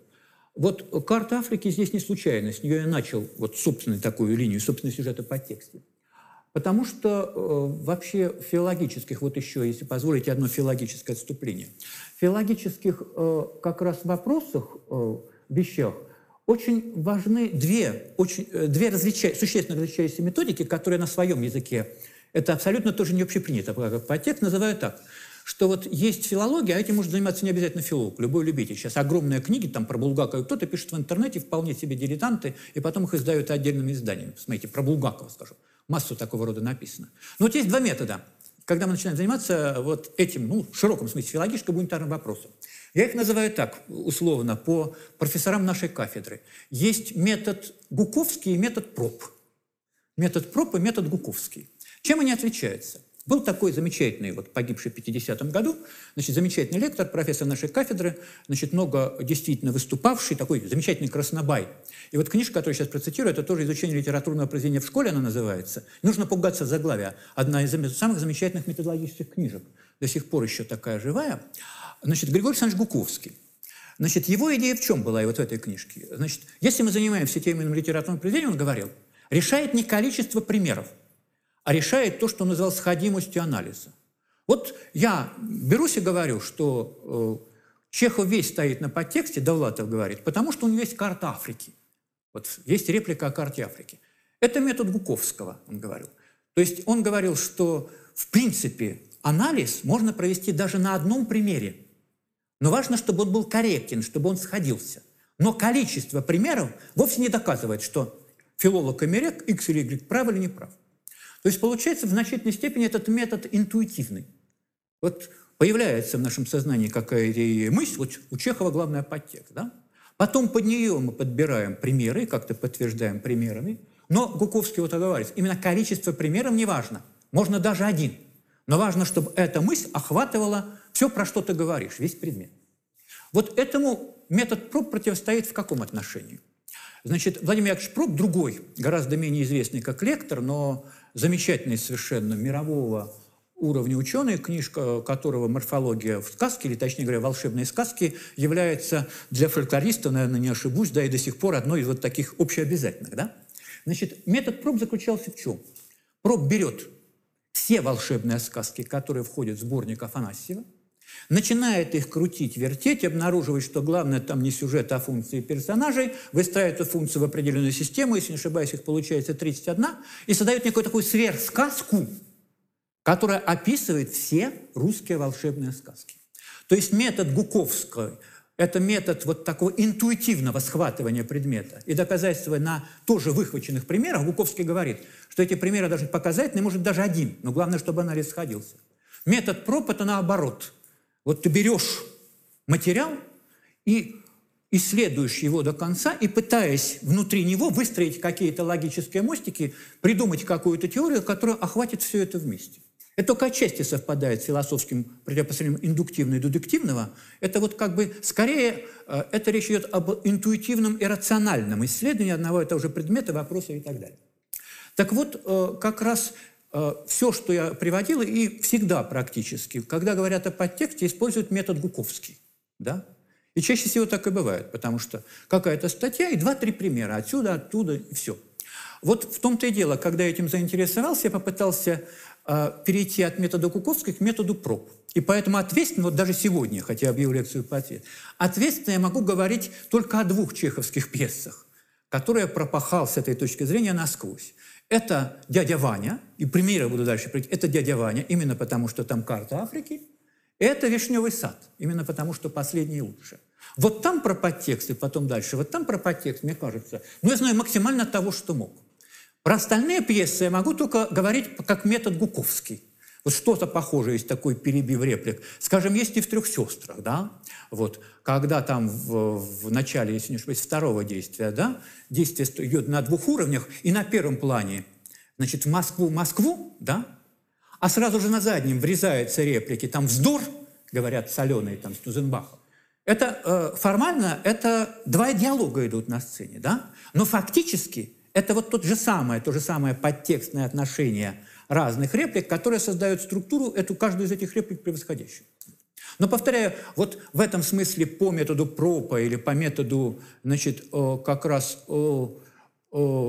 Speaker 2: Вот карта Африки здесь не случайно, с нее я начал вот собственную такую линию, собственный сюжет о подтексте. Потому что э, вообще в филологических, вот еще, если позволите, одно филологическое отступление. В филологических э, как раз вопросах, э, вещах очень важны две, очень, э, две различа... существенно различающиеся методики, которые на своем языке, это абсолютно тоже не общепринято. Подтекст называют так, что вот есть филология, а этим может заниматься не обязательно филолог, любой любитель. Сейчас огромные книги там про Булгакова, кто-то пишет в интернете, вполне себе дилетанты, и потом их издают отдельными изданиями. Посмотрите, про Булгакова, скажем. Массу такого рода написано. Но вот есть два метода, когда мы начинаем заниматься вот этим, ну, в широком смысле, филологическо-гуманитарным вопросом. Я их называю так, условно, по профессорам нашей кафедры. Есть метод Гуковский и метод Проб. Метод Проб и метод Гуковский. Чем они отличаются? Был такой замечательный, вот погибший в пятидесятом году, значит, замечательный лектор, профессор нашей кафедры, значит, много действительно выступавший, такой замечательный краснобай. И вот книжка, которую я сейчас процитирую, это тоже изучение литературного произведения в школе, она называется. Не нужно пугаться заглавия. Одна из самых замечательных методологических книжек. До сих пор еще такая живая. Значит, Григорий Александрович Гуковский. Значит, его идея в чем была и вот в этой книжке? Значит, если мы занимаемся термином литературного произведения, он говорил, решает не количество примеров, а решает то, что он называл сходимостью анализа. Вот я берусь и говорю, что э, Чехов весь стоит на подтексте, Довлатов говорит, потому что у него есть карта Африки. Вот есть реплика о карте Африки. Это метод Гуковского, он говорил. То есть он говорил, что в принципе анализ можно провести даже на одном примере. Но важно, чтобы он был корректен, чтобы он сходился. Но количество примеров вовсе не доказывает, что филолог Эмерек, X или Y, прав или не прав. То есть получается в значительной степени этот метод интуитивный. Вот появляется в нашем сознании какая-то мысль, вот у Чехова главное подтекст, да? Потом под нее мы подбираем примеры, как-то подтверждаем примерами. Но Гуковский вот оговаривается, именно количество примеров не важно. Можно даже один. Но важно, чтобы эта мысль охватывала все, про что ты говоришь, весь предмет. Вот этому метод Проб противостоит в каком отношении? Значит, Владимир Яковлевич Проб другой, гораздо менее известный как лектор, но замечательный совершенно мирового уровня ученый, книжка которого «Морфология в сказке», или, точнее говоря, «Волшебные сказки», является для фольклористов, наверное, не ошибусь, да и до сих пор одной из вот таких общеобязательных. Да? Значит, метод Проб заключался в чем? Проб берет все волшебные сказки, которые входят в сборник Афанасьева, начинает их крутить, вертеть, обнаруживает, что главное там не сюжет, а функции персонажей, выстраивает эту функцию в определенную систему, если не ошибаюсь, их получается тридцать один, и создает некую такую сверхсказку, которая описывает все русские волшебные сказки. То есть метод Гуковского – это метод вот такого интуитивного схватывания предмета и доказательства на тоже выхваченных примерах. Гуковский говорит, что эти примеры должны показательны, может даже один, но главное, чтобы анализ сходился. Метод Проб – это наоборот. Вот ты берешь материал и исследуешь его до конца, и пытаясь внутри него выстроить какие-то логические мостики, придумать какую-то теорию, которая охватит все это вместе. Это только отчасти совпадает с философским противопоставлением индуктивного и дедуктивного. Это вот как бы скорее, это речь идет об интуитивном и рациональном исследовании одного и того же предмета, вопроса и так далее. Так вот, как раз все, что я приводил, и всегда практически, когда говорят о подтексте, используют метод Гуковский. Да? И чаще всего так и бывает, потому что какая-то статья и два-три примера отсюда, оттуда, и все. Вот в том-то и дело, когда я этим заинтересовался, я попытался э, перейти от метода Гуковского к методу Проб. И поэтому ответственно, вот даже сегодня, хотя я объявил лекцию по ответу, ответственно я могу говорить только о двух чеховских пьесах, которые я пропахал с этой точки зрения насквозь. Это «Дядя Ваня», и примеры буду дальше приводить. Это «Дядя Ваня», именно потому, что там карта Африки. Это «Вишневый сад», именно потому, что последний лучше. Вот там про подтекст, и потом дальше. Вот там про подтекст, мне кажется. Ну, я знаю максимально того, что мог. Про остальные пьесы я могу только говорить как метод Гуковский. Вот что-то похожее, есть такой перебив реплик. Скажем, есть и в «Трех сестрах», да? Вот, когда там в, в начале, если не ошибаюсь, второго действия, да, действие идет на двух уровнях, и на первом плане, значит, в Москву, Москву, да, а сразу же на заднем врезаются реплики, там вздор, говорят соленые, там, Стузенбаха. Это э, формально, это два диалога идут на сцене, да? Но фактически это вот тот же самое, то же самое подтекстное отношение разных реплик, которые создают структуру, эту, каждую из этих реплик превосходящую. Но, повторяю, вот в этом смысле по методу Пропа или по методу, значит, э, как раз э, э,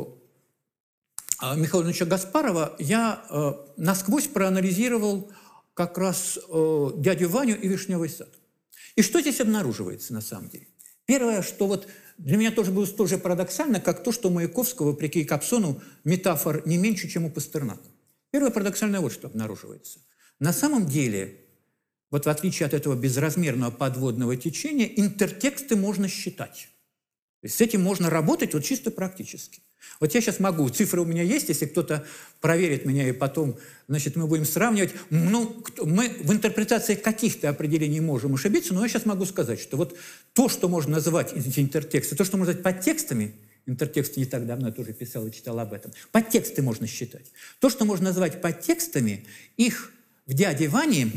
Speaker 2: Михаила Ивановича Гаспарова я э, насквозь проанализировал как раз э, «Дядю Ваню» и «Вишневый сад». И что здесь обнаруживается на самом деле? Первое, что вот для меня тоже было столь же парадоксально, как то, что у Маяковского, вопреки Кобзону, метафор не меньше, чем у Пастернака. Первое парадоксальное вот что обнаруживается. На самом деле, вот в отличие от этого безразмерного подводного течения, интертексты можно считать. То есть с этим можно работать вот чисто практически. Вот я сейчас могу, цифры у меня есть, если кто-то проверит меня, и потом, значит, мы будем сравнивать. Ну, мы в интерпретации каких-то определений можем ошибиться, но я сейчас могу сказать, что вот то, что можно называть, извините, интертексты, то, что можно назвать подтекстами, интертексты не так давно я тоже писал и читал об этом, подтексты можно считать. То, что можно назвать подтекстами, их в «Дяде Ване»,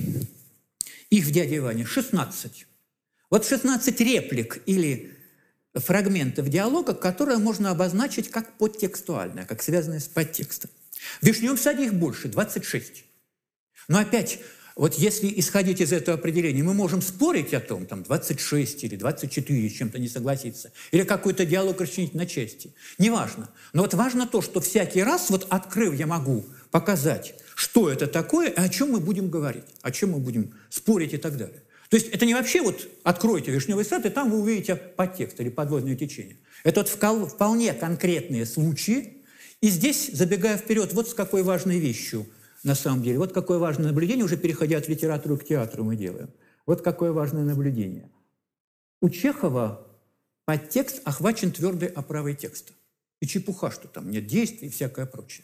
Speaker 2: их в «Дяде Ване» шестнадцать. Вот шестнадцать реплик или фрагментов диалога, которые можно обозначить как подтекстуальные, как связанные с подтекстом. В «Вишневом саде» их больше, двадцать шесть. Но опять, вот если исходить из этого определения, мы можем спорить о том, там двадцать шесть или двадцать четыре, с чем-то не согласиться, или какой-то диалог расчленить на части. Неважно. Но вот важно то, что всякий раз, вот открыв, я могу показать, что это такое, и о чем мы будем говорить, о чем мы будем спорить и так далее. То есть это не вообще вот откройте «Вишневый сад», и там вы увидите подтекст или подводное течение. Это вот вполне конкретные случаи. И здесь, забегая вперед, вот с какой важной вещью на самом деле, вот какое важное наблюдение, уже переходя от литературы к театру мы делаем. Вот какое важное наблюдение. У Чехова подтекст охвачен твердой оправой текста. И чепуха, что там нет действий и всякое прочее.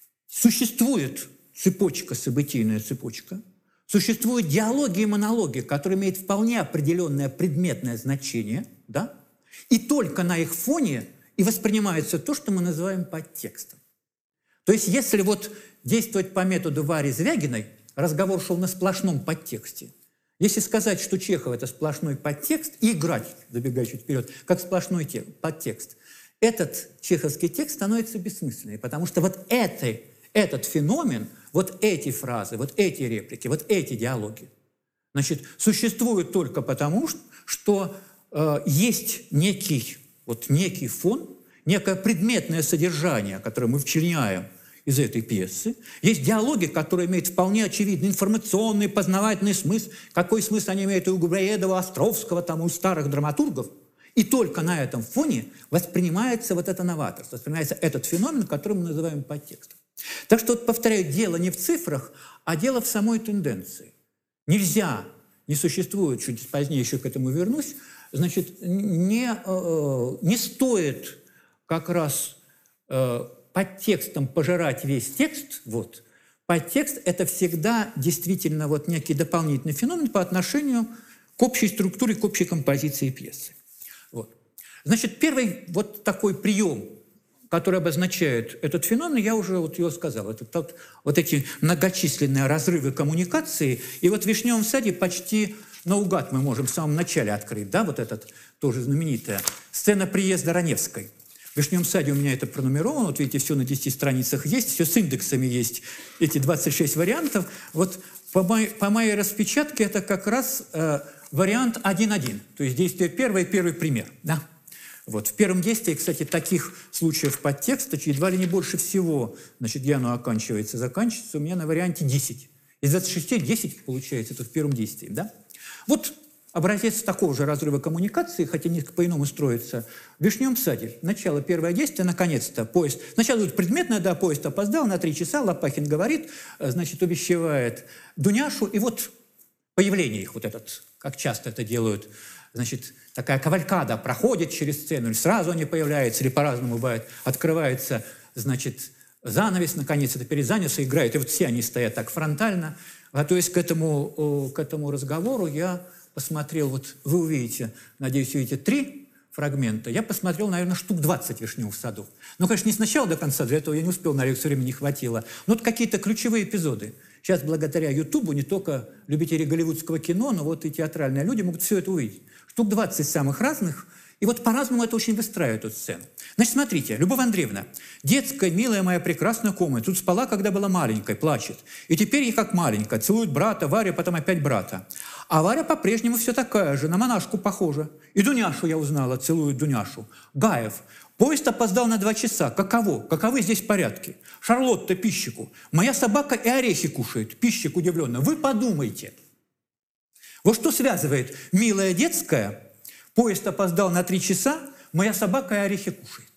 Speaker 2: Существует цепочка, событийная цепочка. Существуют диалоги и монологи, которые имеют вполне определенное предметное значение, да? И только на их фоне и воспринимается то, что мы называем подтекстом. То есть если вот действовать по методу Вари Звягиной, разговор шел на сплошном подтексте. Если сказать, что Чехов – это сплошной подтекст, и играть, забегая чуть вперед, как сплошной подтекст, этот чеховский текст становится бессмысленным, потому что вот этой Этот феномен, вот эти фразы, вот эти реплики, вот эти диалоги, значит, существуют только потому, что э, есть некий, вот некий фон, некое предметное содержание, которое мы вчленяем из этой пьесы. Есть диалоги, которые имеют вполне очевидный информационный, познавательный смысл. Какой смысл они имеют и у Губраедова, Островского, там, у старых драматургов. И только на этом фоне воспринимается вот это новаторство, воспринимается этот феномен, который мы называем подтекстом. Так что, вот, повторяю, дело не в цифрах, а дело в самой тенденции. Нельзя, не существует, чуть позднее еще к этому вернусь, значит, не, э, не стоит как раз э, подтекстом пожирать весь текст. Вот. Подтекст – это всегда действительно вот некий дополнительный феномен по отношению к общей структуре, к общей композиции пьесы. Вот. Значит, первый вот такой прием, который обозначает этот феномен, я уже вот его сказал. Это вот, вот эти многочисленные разрывы коммуникации. И вот в «Вишневом саде» почти наугад мы можем в самом начале открыть, да, вот этот тоже знаменитая сцена приезда Раневской. В «Вишневом саде» у меня это пронумеровано. Вот видите, все на десяти страницах есть, все с индексами есть, эти двадцать шесть вариантов. Вот по моей, по моей распечатке это как раз э, вариант один один. То есть действие первое, первый пример, да. Вот. В первом действии, кстати, таких случаев подтекста едва ли не больше всего, значит, где оно оканчивается, заканчивается у меня на варианте десять. Из двадцати шести десять получается, это в первом действии, да? Вот образец такого же разрыва коммуникации, хотя несколько по-иному строится, в «Вишневом саде». Начало, первое действие, наконец-то, поезд. Сначала идет предметное, да, поезд опоздал на три часа, Лопахин говорит, значит, увещевает Дуняшу, и вот появление их, вот этот, как часто это делают, значит, такая кавалькада проходит через сцену, или сразу они появляются, или по-разному бывает. Открывается, значит, занавес, наконец, это перезанялся, играет, и вот все они стоят так фронтально. Готовясь к этому, к этому разговору, я посмотрел, вот вы увидите, надеюсь, увидите три фрагмента, я посмотрел, наверное, штук двадцать «Вишневых садов». Ну, конечно, не сначала до конца, для этого я не успел, на лекцию времени не хватило. Но вот какие-то ключевые эпизоды. Сейчас благодаря Ютубу не только любители голливудского кино, но вот и театральные люди могут все это увидеть. Штук двадцать самых разных, и вот по-разному это очень выстраивает эту сцену. Значит, смотрите, Любовь Андреевна, детская, милая моя прекрасная комната, тут спала, когда была маленькой, плачет. И теперь ей как маленькая, целует брата, Варя, потом опять брата. А Варя по-прежнему все такая же, на монашку похожа. И Дуняшу я узнала, целует Дуняшу. Гаев. Поезд опоздал на два часа. Каково? Каковы здесь порядки? Шарлотта пищику. Моя собака и орехи кушает. Пищик удивленно. Вы подумайте. Вот что связывает милая детская, поезд опоздал на три часа, моя собака и орехи кушает.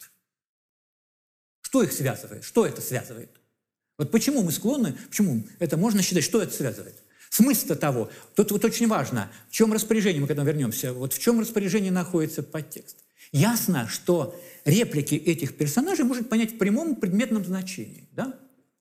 Speaker 2: Что их связывает? Что это связывает? Вот почему мы склонны, почему это можно считать, что это связывает? Смысл того, тут вот очень важно, в чем распоряжение, мы к этому вернемся, вот в чем распоряжении находится подтекст. Ясно, что реплики этих персонажей можно понять в прямом предметном значении. Да?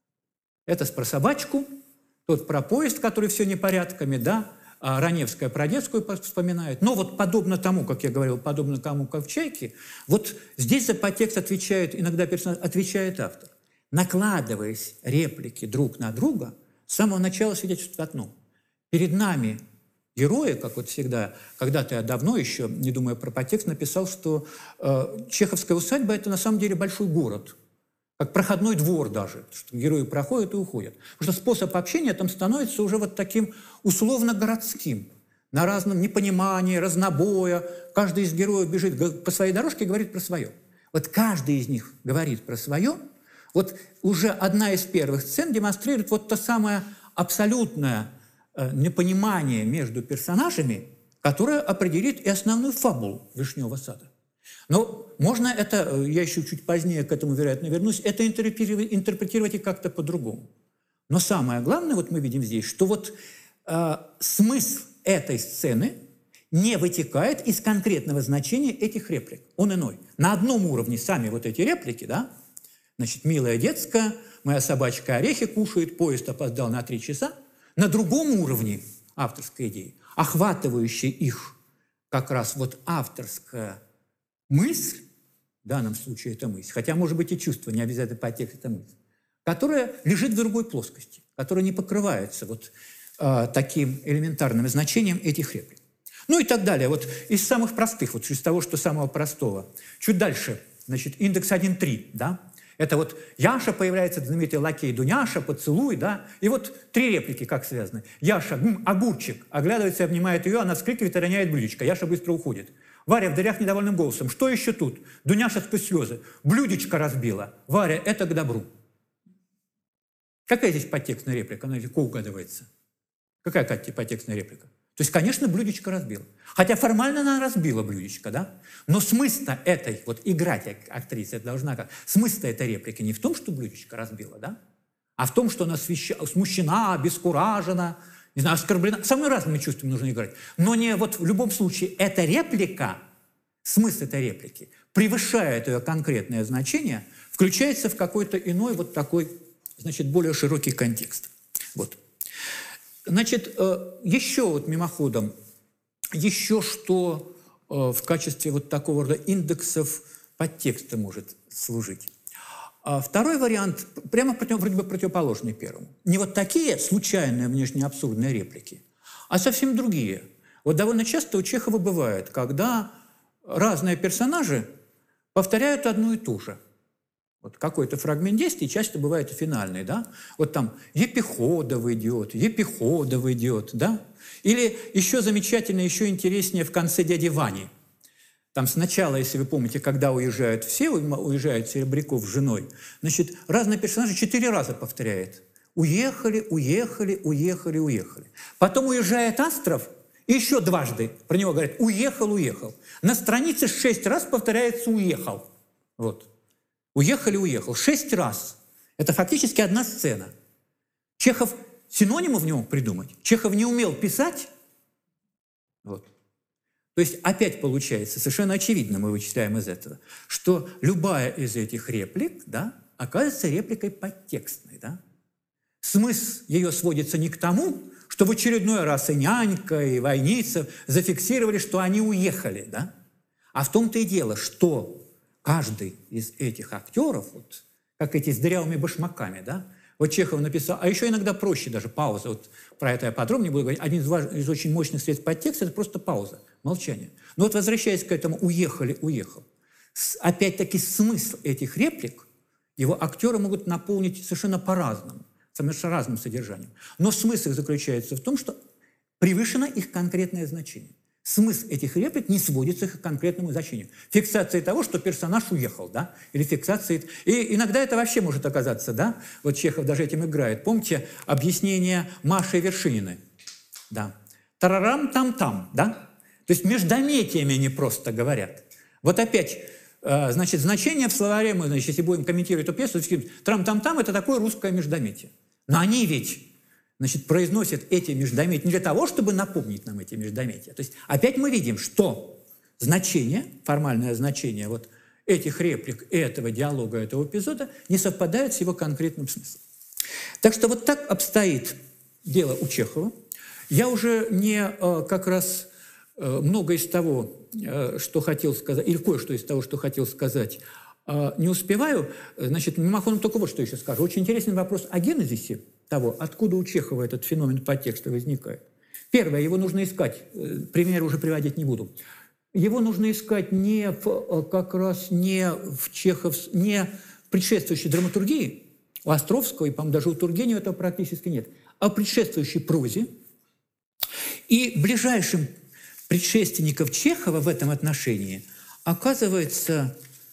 Speaker 2: Это про собачку, тот про поезд, который все непорядками, да? А Раневская про детскую вспоминает. Но вот подобно тому, как я говорил, подобно тому, как в «Чайке», вот здесь за подтекст отвечает, иногда персонаж, отвечает автор. Накладываясь реплики друг на друга, с самого начала свидетельствует одно. Перед нами герои, как вот всегда, когда-то я давно еще, не думая про подтекст, написал, что э, чеховская усадьба – это на самом деле большой город, как проходной двор даже, что герои проходят и уходят. Потому что способ общения там становится уже вот таким условно-городским, на разном непонимании, разнобоя. Каждый из героев бежит по своей дорожке и говорит про свое. Вот каждый из них говорит про свое. Вот уже одна из первых сцен демонстрирует вот то самое абсолютное непонимание между персонажами, которое определит и основную фабулу «Вишневого сада». Но можно это, я еще чуть позднее к этому, вероятно, вернусь, это интерпретировать, интерпретировать и как-то по-другому. Но самое главное, вот мы видим здесь, что вот э, смысл этой сцены не вытекает из конкретного значения этих реплик. Он иной. На одном уровне сами вот эти реплики, да, значит, «милая детская», «моя собачка орехи кушает», «поезд опоздал на три часа», на другом уровне авторской идеи, охватывающей их как раз вот авторская мысль, в данном случае это мысль, хотя может быть и чувство, не обязательно подтекст, это мысль, которая лежит в другой плоскости, которая не покрывается вот э, таким элементарным значением этих реплик. Ну и так далее. Вот из самых простых, вот из того, что самого простого. Чуть дальше, значит, индекс один три, да? Это вот Яша появляется, знаменитый лакей Дуняша, поцелуй, да? И вот три реплики как связаны. Яша, м, огурчик, оглядывается и обнимает ее, она вскрикивает и роняет блюдечко. Яша быстро уходит. Варя в дверях недовольным голосом. Что еще тут? Дуняша сквозь слезы. Блюдечко разбила. Варя, это к добру. Какая здесь подтекстная реплика? Она легко угадывается. Какая подтекстная реплика? То есть, конечно, блюдечко разбила. Хотя формально она разбила блюдечко, да? Но смысл этой, вот играть актриса, это должна как... Смысл этой реплики не в том, что блюдечко разбила, да? А в том, что она свящ... смущена, обескуражена, не знаю, оскорблена. Самыми разными чувствами нужно играть. Но не вот в любом случае эта реплика, смысл этой реплики, превышает ее конкретное значение, включается в какой-то иной вот такой, значит, более широкий контекст. Вот. Значит, еще вот мимоходом, еще что в качестве вот такого рода индексов подтекста может служить. А второй вариант прямо против, вроде бы противоположный первому. Не вот такие случайные внешне абсурдные реплики, а совсем другие. Вот довольно часто у Чехова бывает, когда разные персонажи повторяют одно и то же. Вот какой-то фрагмент действия, часто бывает и финальный, да? Вот там Епиходов идет, Епиходов идет, да? Или еще замечательно, еще интереснее в конце «Дяди Вани». Там сначала, если вы помните, когда уезжают все, уезжает Серебряков с женой, значит, разные персонажи четыре раза повторяет. Уехали, уехали, уехали, уехали. Потом уезжает Астров, и еще дважды про него говорят «уехал, уехал». На странице шесть раз повторяется «уехал». Вот. Уехали, уехал. Шесть раз. Это фактически одна сцена. Чехов синонимов не мог придумать. Чехов не умел писать. Вот. То есть опять получается, совершенно очевидно мы вычисляем из этого, что любая из этих реплик, да, оказывается репликой подтекстной. Да? Смысл ее сводится не к тому, что в очередной раз и нянька, и войница зафиксировали, что они уехали, да? А в том-то и дело, что каждый из этих актеров, вот, как эти с дырявыми башмаками, да, Вот Чехов написал, а еще иногда проще даже, пауза. Вот про это я подробнее буду говорить. Один из, важных, из очень мощных средств подтекста – это просто пауза, молчание. Но вот возвращаясь к этому «уехали, уехал», опять-таки смысл этих реплик его актеры могут наполнить совершенно по-разному, совершенно разным содержанием. Но смысл заключается в том, что превышено их конкретное значение. Смысл этих реплик не сводится к конкретному значению. Фиксация того, что персонаж уехал, да, или фиксация... И иногда это вообще может оказаться, да, вот Чехов даже этим играет. Помните объяснение Маши Вершининой? Да. Тарарам-там-там, да? То есть междометиями они просто говорят. Вот опять, значит, значение в словаре, мы, значит, если будем комментировать эту пьесу, трам-там-там – это такое русское междометие. Но они ведь... Значит, произносят эти междометия не для того, чтобы напомнить нам эти междометия. То есть опять мы видим, что значение, формальное значение вот этих реплик, этого диалога, этого эпизода не совпадает с его конкретным смыслом. Так что вот так обстоит дело у Чехова. Я уже не как раз много из того, что хотел сказать, или кое-что из того, что хотел сказать, не успеваю. Значит, мимоходом только вот что еще скажу. Очень интересный вопрос о генезисе того, откуда у Чехова этот феномен подтекста возникает. Первое, его нужно искать, пример уже приводить не буду. Его нужно искать не в, как раз не в Чехов, не в предшествующей драматургии, у Островского, и, по-моему, даже у Тургенева этого практически нет, а в предшествующей прозе. И ближайшим предшественником Чехова в этом отношении оказывается...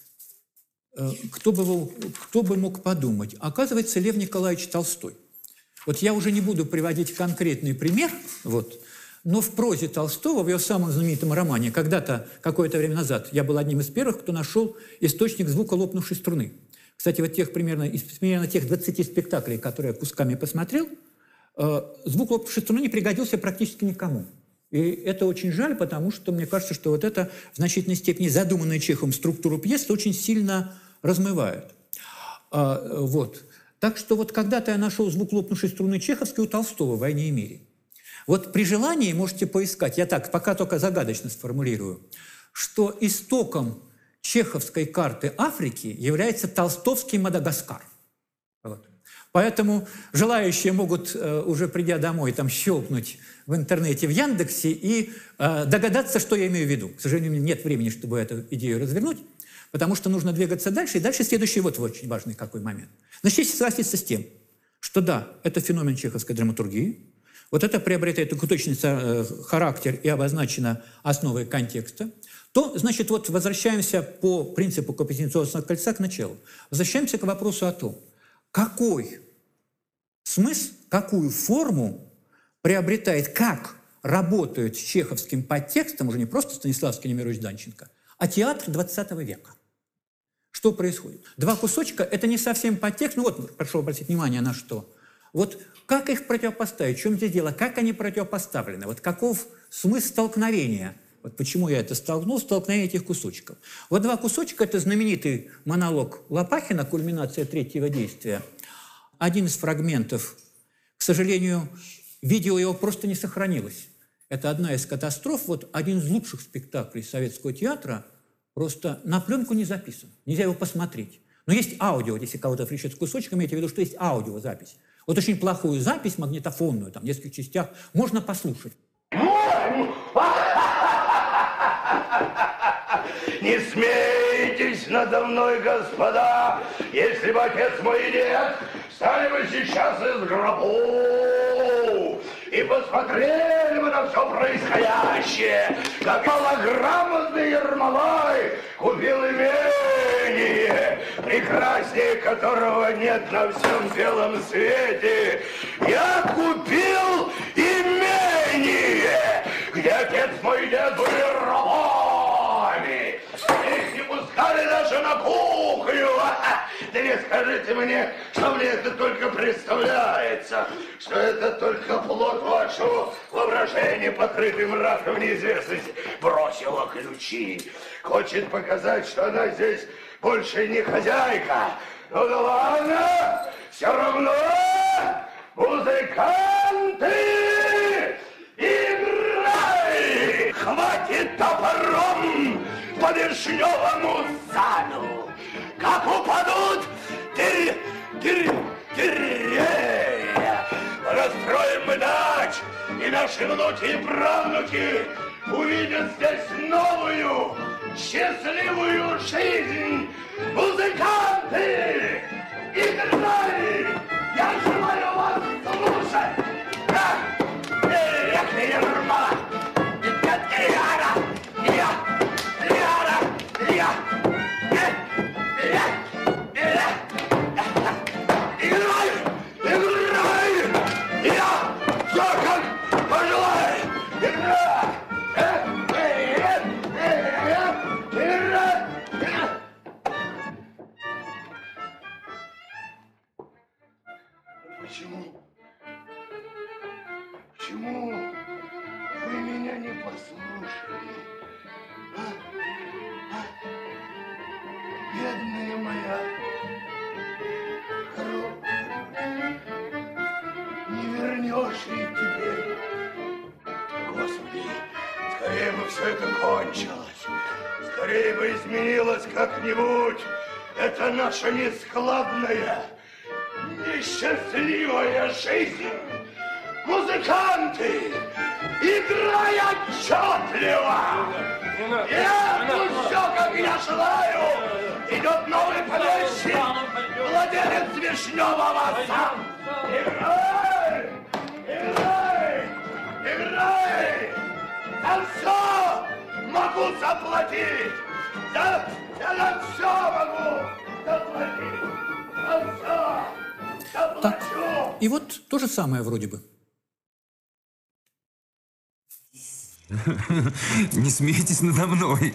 Speaker 2: Кто бы, кто бы мог подумать? Оказывается, Лев Николаевич Толстой. Вот я уже не буду приводить конкретный пример, вот, но в прозе Толстого, в его самом знаменитом романе, когда-то, какое-то время назад, я был одним из первых, кто нашел источник звука лопнувшей струны. Кстати, вот тех примерно, из примерно тех двадцати спектаклей, которые я кусками посмотрел, э, звук лопнувшей струны не пригодился практически никому. И это очень жаль, потому что мне кажется, что вот это в значительной степени задуманная Чеховым структуру пьесы очень сильно размывает. А, вот. Так что вот когда-то я нашел звук лопнувшей струны чеховской у Толстого в «Войне и мире». Вот при желании можете поискать, я так пока только загадочно сформулирую, что истоком чеховской карты Африки является толстовский Мадагаскар. Вот. Поэтому желающие могут, уже придя домой, там щелкнуть в интернете, в Яндексе и э, догадаться, что я имею в виду. К сожалению, нет времени, чтобы эту идею развернуть, потому что нужно двигаться дальше. И дальше следующий вот очень важный какой момент. Значит, если согласиться с тем, что да, это феномен чеховской драматургии, вот это приобретает точный характер и обозначено основой контекста, то, значит, вот возвращаемся по принципу компенсационного кольца к началу. Возвращаемся к вопросу о том, какой смысл, какую форму приобретает, как работают с чеховским подтекстом, уже не просто Станиславский Немирович Данченко, а театр двадцатого века. Что происходит? Два кусочка – это не совсем подтекст, ну вот, прошу обратить внимание на что. Вот как их противопоставить, в чем здесь дело, как они противопоставлены, вот каков смысл столкновения, вот почему я это столкнул, столкновение этих кусочков. Вот два кусочка – это знаменитый монолог Лопахина, кульминация третьего действия. Один из фрагментов, к сожалению, видео его просто не сохранилось. Это одна из катастроф. Вот один из лучших спектаклей советского театра просто на пленку не записан. Нельзя его посмотреть. Но есть аудио, если кого-то фрищет с кусочками, имейте в виду, что есть аудиозапись. Вот очень плохую запись, магнитофонную, там, в нескольких частях, можно послушать.
Speaker 3: Не смейтесь надо мной, господа, если бы отец мой и дед стали бы сейчас из гробу и посмотрели бы на все происходящее, как малограмотный Ермолай купил имение, прекраснее которого нет на всем белом свете. Я купил имение, где отец мой и дед были рабами. Их не пускали даже на кухню. Да не скажите мне, что мне это только представляется, что это только плод вашего воображения, покрытый мраком неизвестности. Бросила ключи. Хочет показать, что она здесь больше не хозяйка. Ну да ладно, все равно, музыканты, играй! Хватит топором по вишневому саду. Как упадут деревья, деревья, и наши внуки и правнуки увидят здесь новую, счастливую жизнь. Музыканты, играй! Я желаю вас слушать! Играй! Играй! Я все как пожелаю! Играй! Почему? Почему вы меня не послушали? А? А? Бедная моя коробка. Не вернешь ли теперь? Господи, скорее бы все это кончилось. Скорее бы изменилось как-нибудь. Это наша нескладная, несчастливая жизнь. Музыканты, играй отчетливо! Я все, как я желаю! Идет новый помещик, владелец вишневого сада! Играй! Играй! Играй! За все могу заплатить! За, я за все могу заплатить! За все! Заплачу!
Speaker 2: Так, и вот то же самое вроде бы.
Speaker 4: Не смейтесь надо мной.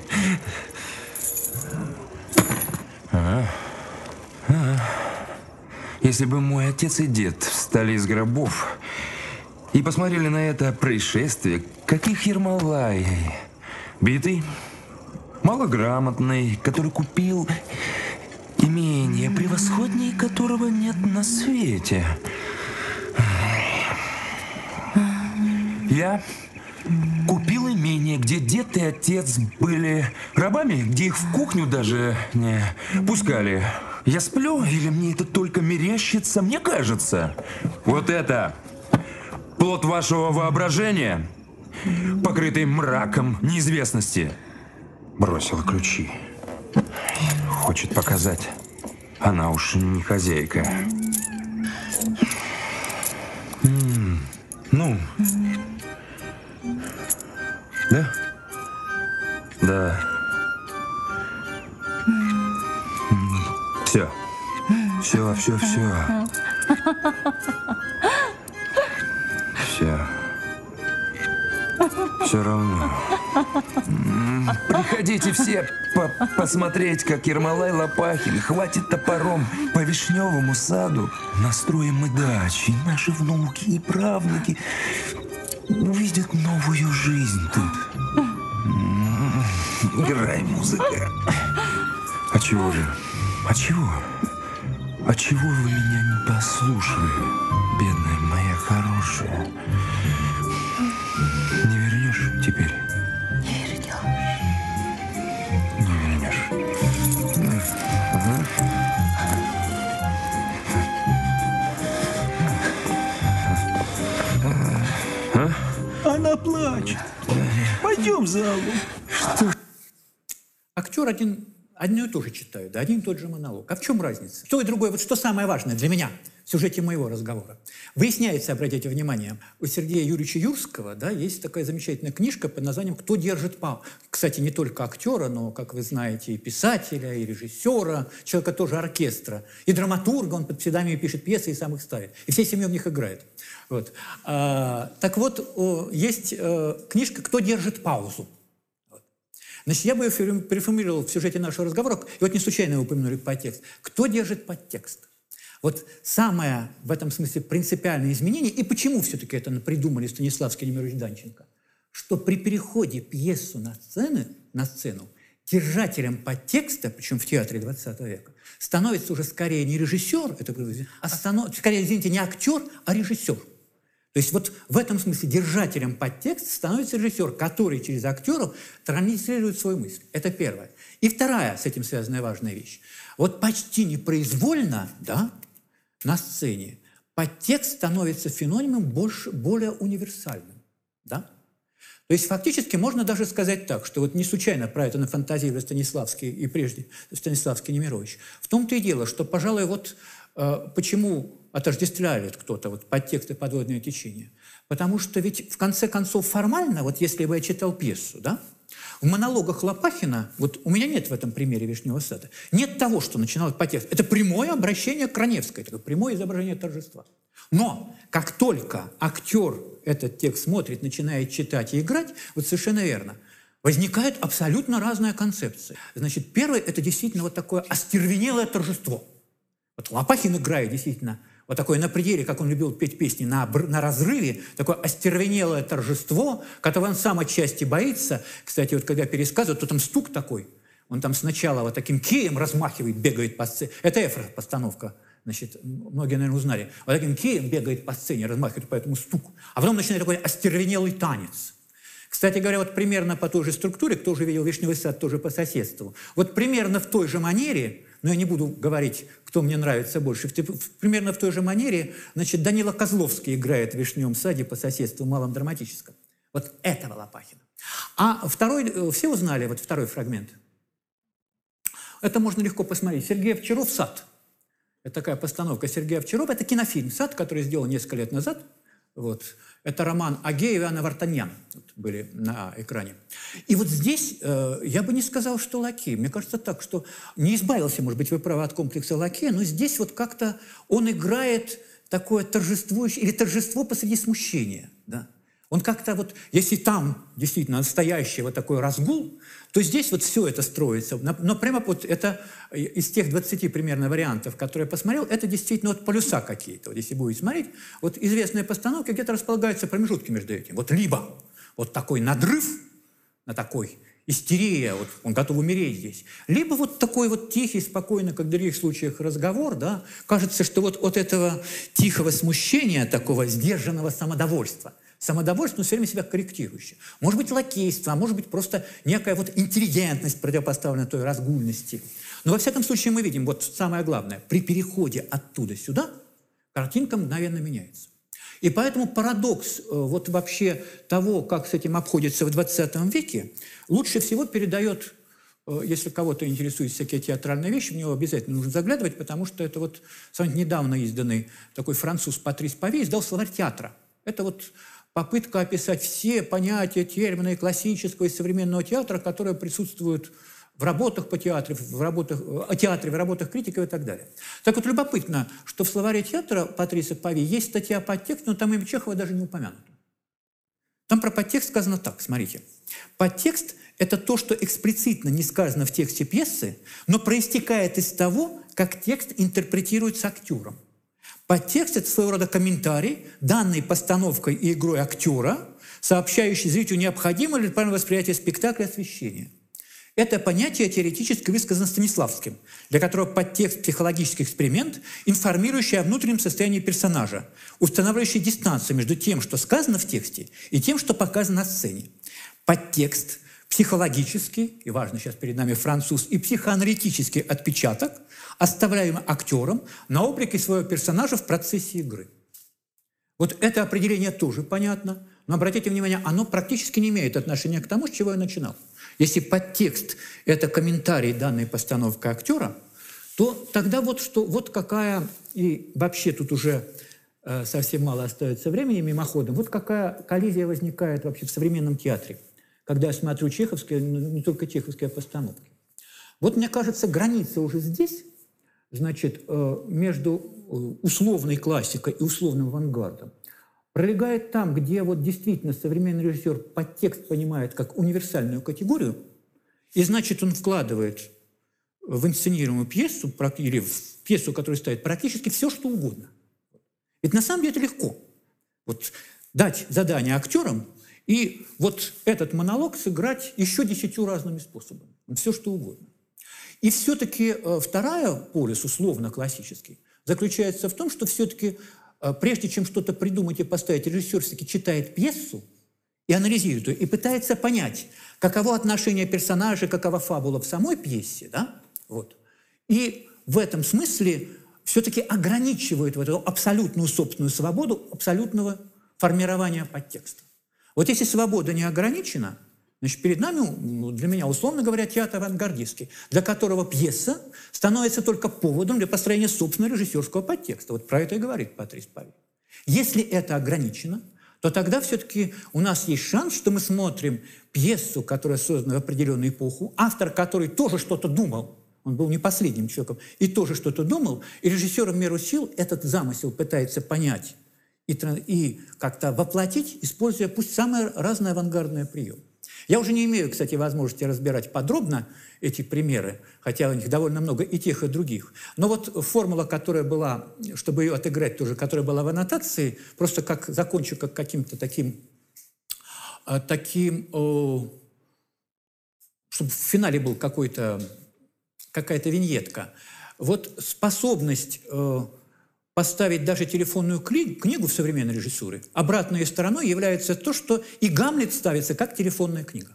Speaker 4: А, а. Если бы мой отец и дед встали из гробов и посмотрели на это происшествие, каких Ермолай, битый, малограмотный, который купил имение, превосходнее которого нет на свете. Я купил имение, где дед и отец были рабами, где их в кухню даже не пускали. Я сплю, или мне это только мерещится? Мне кажется, вот это плод вашего воображения, покрытый мраком неизвестности. Бросила ключи. Хочет показать, она уж не хозяйка. М-м, ну... Да? Да. Все. Все, все, все. Все. Все равно. Приходите все по посмотреть, как Ермолай Лопахин хватит топором по вишневому саду. Настроим мы дачи, наши внуки и правнуки увидят новую жизнь тут. Играй, музыка. А чего же? А чего? А чего вы меня не послушали, бедная моя хорошая? Не вернешь теперь?
Speaker 1: Не вернешь.
Speaker 4: Не вернешь. Ага. А?
Speaker 5: Она плачет. Пойдем в залу.
Speaker 4: Что?
Speaker 2: Актер один, одно и то же читает, да, один и тот же монолог. А в чем разница? То и другое, вот что самое важное для меня в сюжете моего разговора. Выясняется, обратите внимание, у Сергея Юрьевича Юрского, да, есть такая замечательная книжка под названием «Кто держит паузу». Кстати, не только актера, но, как вы знаете, и писателя, и режиссера, человека тоже оркестра, и драматурга, он под псевдонимом пишет пьесы и сам их ставит. И всей семьей в них играет. Вот. А, так вот, о, есть э, книжка «Кто держит паузу». Значит, я бы ее переформулировал в сюжете нашего разговора, и вот не случайно вы упомянули подтекст. Кто держит подтекст? Вот самое в этом смысле принципиальное изменение, и почему все-таки это придумали Станиславский и Немирович Данченко, что при переходе пьесы на сцену, на сцену держателем подтекста, причем в театре двадцатого века, становится уже скорее не режиссер, это, а станов... скорее, извините, не актер, а режиссер. То есть вот в этом смысле держателем подтекста становится режиссер, который через актеров транслирует свою мысль. Это первое. И вторая с этим связанная важная вещь. Вот почти непроизвольно, да, на сцене подтекст становится феноменом больше, более универсальным. Да? То есть фактически можно даже сказать так, что вот не случайно про это нафантазировали Станиславский и прежде Станиславский Немирович. В том-то и дело, что, пожалуй, вот э, почему отождествляли кто-то вот подтексты подводное течение. Потому что ведь в конце концов формально, вот если бы я читал пьесу, да, в монологах Лопахина, вот у меня нет в этом примере «Вишневого сада», нет того, что начиналось по тексту. Это прямое обращение к Раневской, такое прямое изображение торжества. Но как только актер этот текст смотрит, начинает читать и играть, вот совершенно верно, возникает абсолютно разная концепция. Значит, первое – это действительно вот такое остервенелое торжество. Вот Лопахин играет действительно вот такое на пределе, как он любил петь песни, на, на разрыве, такое остервенелое торжество, которого он сам отчасти боится. Кстати, вот когда пересказывают, то там стук такой, он там сначала вот таким кием размахивает, бегает по сцене. Это Эфров-постановка. Значит, многие, наверное, узнали. Вот таким кием бегает по сцене, размахивает по этому стуку. А потом начинает такой остервенелый танец. Кстати говоря, вот примерно по той же структуре, кто уже видел «Вишневый сад», тоже по соседству, вот примерно в той же манере, но я не буду говорить, кто мне нравится больше, примерно в той же манере, значит, Данила Козловский играет в «Вишневом саде» по соседству в малом драматическом. Вот этого Лопахина. А второй, все узнали, вот второй фрагмент. Это можно легко посмотреть. Сергей Овчаров «Сад». Это такая постановка Сергея Овчарова. Это кинофильм «Сад», который сделан несколько лет назад. Вот. Это роман Агеева и Анна Вартаньян вот, были на экране. И вот здесь э, я бы не сказал, что лакей. Мне кажется так, что не избавился, может быть, вы правы, от комплекса лакея, но здесь вот как-то он играет такое торжествующее, или торжество посреди смущения, да. Он как-то вот, если там действительно настоящий вот такой разгул, то здесь вот все это строится. Но прямо вот это из тех двадцати примерно вариантов, которые я посмотрел, это действительно вот полюса какие-то. Вот если будете смотреть, вот известные постановки где-то располагаются промежутки между этим. Вот либо вот такой надрыв, на такой истерия, вот он готов умереть здесь, либо вот такой вот тихий, спокойный, как в других случаях, разговор, да, кажется, что вот от этого тихого смущения, такого сдержанного самодовольства, самодовольство, но все время себя корректирующее. Может быть, лакейство, а может быть, просто некая вот интеллигентность, противопоставленная той разгульности. Но во всяком случае мы видим, вот самое главное, при переходе оттуда сюда картинка мгновенно меняется. И поэтому парадокс вот вообще того, как с этим обходится в двадцатом веке, лучше всего передает, если кого-то интересуют всякие театральные вещи, в него обязательно нужно заглядывать, потому что это вот самый недавно изданный такой француз Патрис Паве издал словарь театра. Это вот попытка описать все понятия, термины классического и современного театра, которые присутствуют в работах по театру, в работах, о театре, в работах критиков и так далее. Так вот, любопытно, что в словаре театра Патриса Паве есть статья «Подтекст», но там имя Чехова даже не упомянуто. Там про подтекст сказано так, смотрите. Подтекст – это то, что эксплицитно не сказано в тексте пьесы, но проистекает из того, как текст интерпретируется актером. Подтекст – это своего рода комментарий, данный постановкой и игрой актера, сообщающий зрителю необходимое или правильное восприятие спектакля и освещения. Это понятие теоретически высказано Станиславским, для которого подтекст – психологический эксперимент, информирующий о внутреннем состоянии персонажа, устанавливающий дистанцию между тем, что сказано в тексте, и тем, что показано на сцене. Подтекст – психологический, и важно сейчас перед нами француз, и психоаналитический отпечаток, оставляемый актером на облике своего персонажа в процессе игры. Вот это определение тоже понятно, но обратите внимание, оно практически не имеет отношения к тому, с чего я начинал. Если подтекст – это комментарий данной постановкой актера, то тогда вот, что, вот какая, и вообще тут уже э, совсем мало остается времени мимоходом, вот какая коллизия возникает вообще в современном театре, когда я смотрю чеховские, не только чеховские постановки. Вот мне кажется, граница уже здесь, значит, э, между условной классикой и условным авангардом пролегает там, где вот действительно современный режиссер подтекст понимает как универсальную категорию, и значит он вкладывает в инсценируемую пьесу или в пьесу, которая ставит практически все, что угодно. Ведь на самом деле это легко. Вот дать задание актерам и вот этот монолог сыграть еще десятью разными способами. Все, что угодно. И все-таки вторая полюс, условно классический, заключается в том, что все-таки прежде чем что-то придумать и поставить, режиссер все-таки читает пьесу и анализирует ее, и пытается понять, каково отношение персонажа, какова фабула в самой пьесе. Да? Вот. И в этом смысле все-таки ограничивает вот эту абсолютную собственную свободу абсолютного формирования подтекста. Вот если свобода не ограничена, значит, перед нами, ну, для меня, условно говоря, театр авангардистский, для которого пьеса становится только поводом для построения собственного режиссерского подтекста. Вот про это и говорит Патрис Павел. Если это ограничено, то тогда все-таки у нас есть шанс, что мы смотрим пьесу, которая создана в определенную эпоху, автор которой тоже что-то думал, он был не последним человеком, и тоже что-то думал, и режиссер в меру сил этот замысел пытается понять и, и как-то воплотить, используя пусть самые разные авангардные приемы. Я уже не имею, кстати, возможности разбирать подробно эти примеры, хотя у них довольно много и тех, и других. Но вот формула, которая была, чтобы ее отыграть тоже, которая была в аннотации, просто как закончу как каким-то таким, таким чтобы в финале был какой-то, какая-то виньетка. Вот способность поставить даже телефонную книгу в современной режиссуре, обратной стороной является то, что и «Гамлет» ставится как телефонная книга.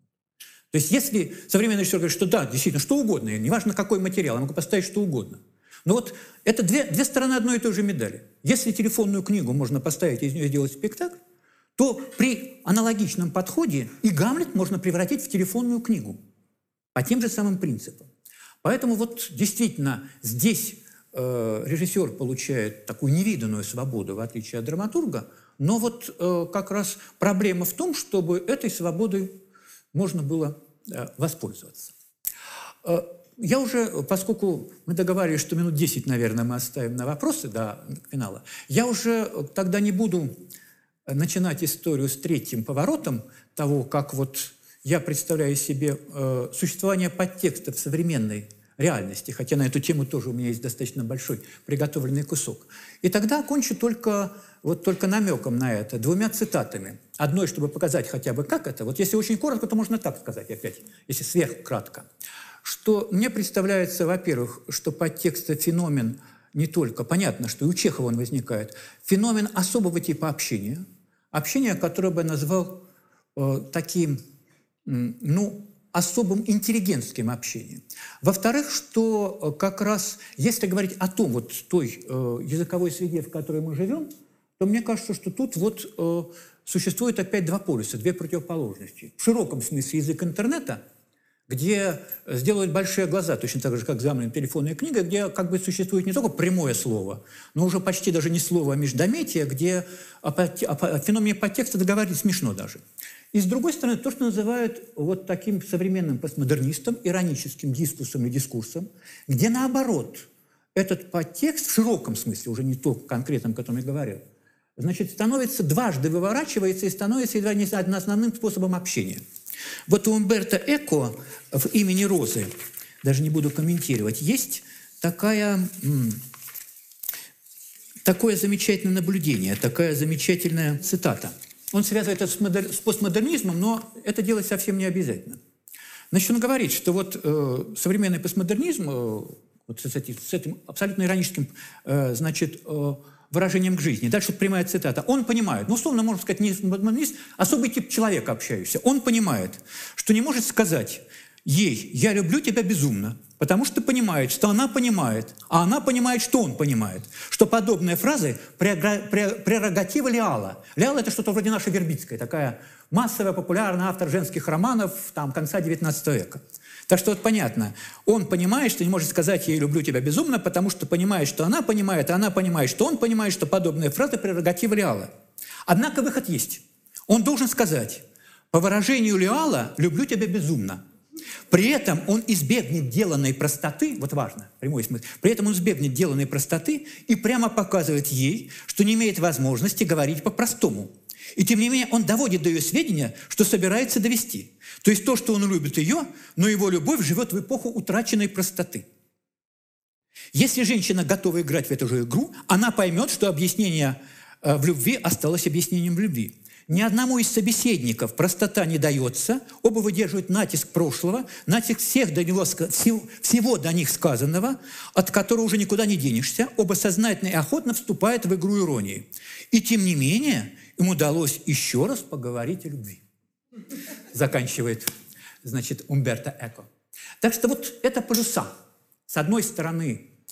Speaker 2: То есть если современный режиссер говорит, что да, действительно, что угодно, неважно какой материал, я могу поставить что угодно. Но вот это две, две стороны одной и той же медали. Если телефонную книгу можно поставить и из нее сделать спектакль, то при аналогичном подходе и «Гамлет» можно превратить в телефонную книгу по тем же самым принципам. Поэтому вот действительно здесь режиссер получает такую невиданную свободу, в отличие от драматурга, но вот э, как раз проблема в том, чтобы этой свободой можно было э, воспользоваться. Э, я уже, поскольку мы договаривались, что минут десять, наверное, мы оставим на вопросы до финала, я уже тогда не буду начинать историю с третьим поворотом того, как вот я представляю себе э, существование подтекста в современной реальности, хотя на эту тему тоже у меня есть достаточно большой приготовленный кусок. И тогда окончу только, вот только намеком на это, двумя цитатами. Одной, чтобы показать хотя бы, как это. Вот если очень коротко, то можно так сказать опять, если сверхкратко. Что мне представляется, во-первых, что подтекст – это феномен не только, понятно, что и у Чехова он возникает, феномен особого типа общения, общения, которое бы я назвал э, таким, ну, особым интеллигентским общением. Во-вторых, что как раз, если говорить о том, вот той э, языковой среде, в которой мы живем, то мне кажется, что тут вот э, существует опять два полюса, две противоположности. В широком смысле язык интернета, где сделают большие глаза, точно так же, как «Гамлет» телефонная книга, где как бы существует не только прямое слово, но уже почти даже не слово, а междометие, где о, о, о феномене подтекста договаривать смешно даже. И с другой стороны, то, что называют вот таким современным постмодернистом, ироническим дискурсом и дискурсом, где наоборот этот подтекст в широком смысле, уже не то конкретном, о котором я говорил, значит, становится дважды, выворачивается и становится едва не основным способом общения. Вот у Умберто Эко в «Имени Розы», даже не буду комментировать, есть такая, такое замечательное наблюдение, такая замечательная цитата. Он связывает это с, модер... с постмодернизмом, но это делать совсем не обязательно. Значит, он говорит, что вот э, современный постмодернизм, э, вот с, этим, с этим абсолютно ироническим э, значит, э, выражением к жизни, дальше вот прямая цитата, он понимает, ну, условно, можно сказать, не постмодернист, особый тип человека общающийся, он понимает, что не может сказать ей «я люблю тебя безумно», потому что понимает, что она понимает, а она понимает, что он понимает, что подобные фразы прерогатива Леала. Леал – это что-то вроде нашей Вербицкой, такая массовая, популярная автор женских романов там, конца девятнадцатого века. Так что вот понятно, он понимает, что не может сказать «я люблю тебя безумно», потому что понимает, что она понимает, а она понимает, что он понимает, что подобные фразы прерогатива Леала. Однако выход есть. Он должен сказать по выражению Леала «люблю тебя безумно». При этом он избегнет деланной простоты, вот важно, прямой смысл, при этом он избегнет деланной простоты и прямо показывает ей, что не имеет возможности говорить по-простому. И тем не менее он доводит до ее сведения, что собирается довести. То есть то, что он любит ее, но его любовь живет в эпоху утраченной простоты. Если женщина готова играть в эту же игру, она поймет, что объяснение в любви осталось объяснением в любви. Ни одному из собеседников простота не дается, оба выдерживают натиск прошлого, натиск всех до него, всего, всего до них сказанного, от которого уже никуда не денешься, оба сознательно и охотно вступают в игру иронии. И тем не менее им удалось еще раз поговорить о любви. Заканчивает, значит, Умберто Эко. Так что вот это полюса. С одной стороны,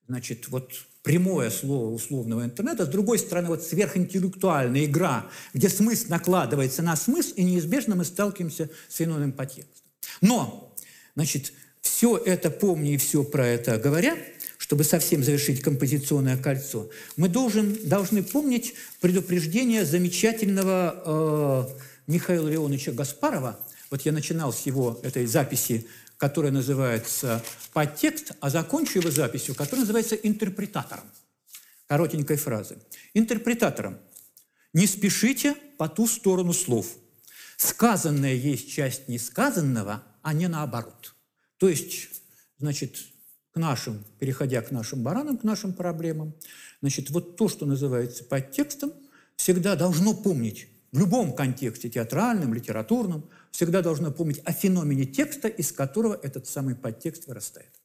Speaker 2: значит, вот прямое слово условного интернета, с другой стороны, вот сверхинтеллектуальная игра, где смысл накладывается на смысл, и неизбежно мы сталкиваемся с феноменом подтекста. Но, значит, все это помня и все про это говоря, чтобы совсем завершить композиционное кольцо, мы должен, должны помнить предупреждение замечательного э, Михаила Леоновича Гаспарова. Вот я начинал с его этой записи, которая называется «Подтекст», а закончу его записью, которая называется «Интерпретатором». Коротенькой фразы. Интерпретатором. Не спешите по ту сторону слов. Сказанное есть часть несказанного, а не наоборот. То есть, значит, к нашим, переходя к нашим баранам, к нашим проблемам, значит, вот то, что называется подтекстом, всегда должно помнить, в любом контексте, театральном, литературном, всегда должно помнить о феномене текста, из которого этот самый подтекст вырастает.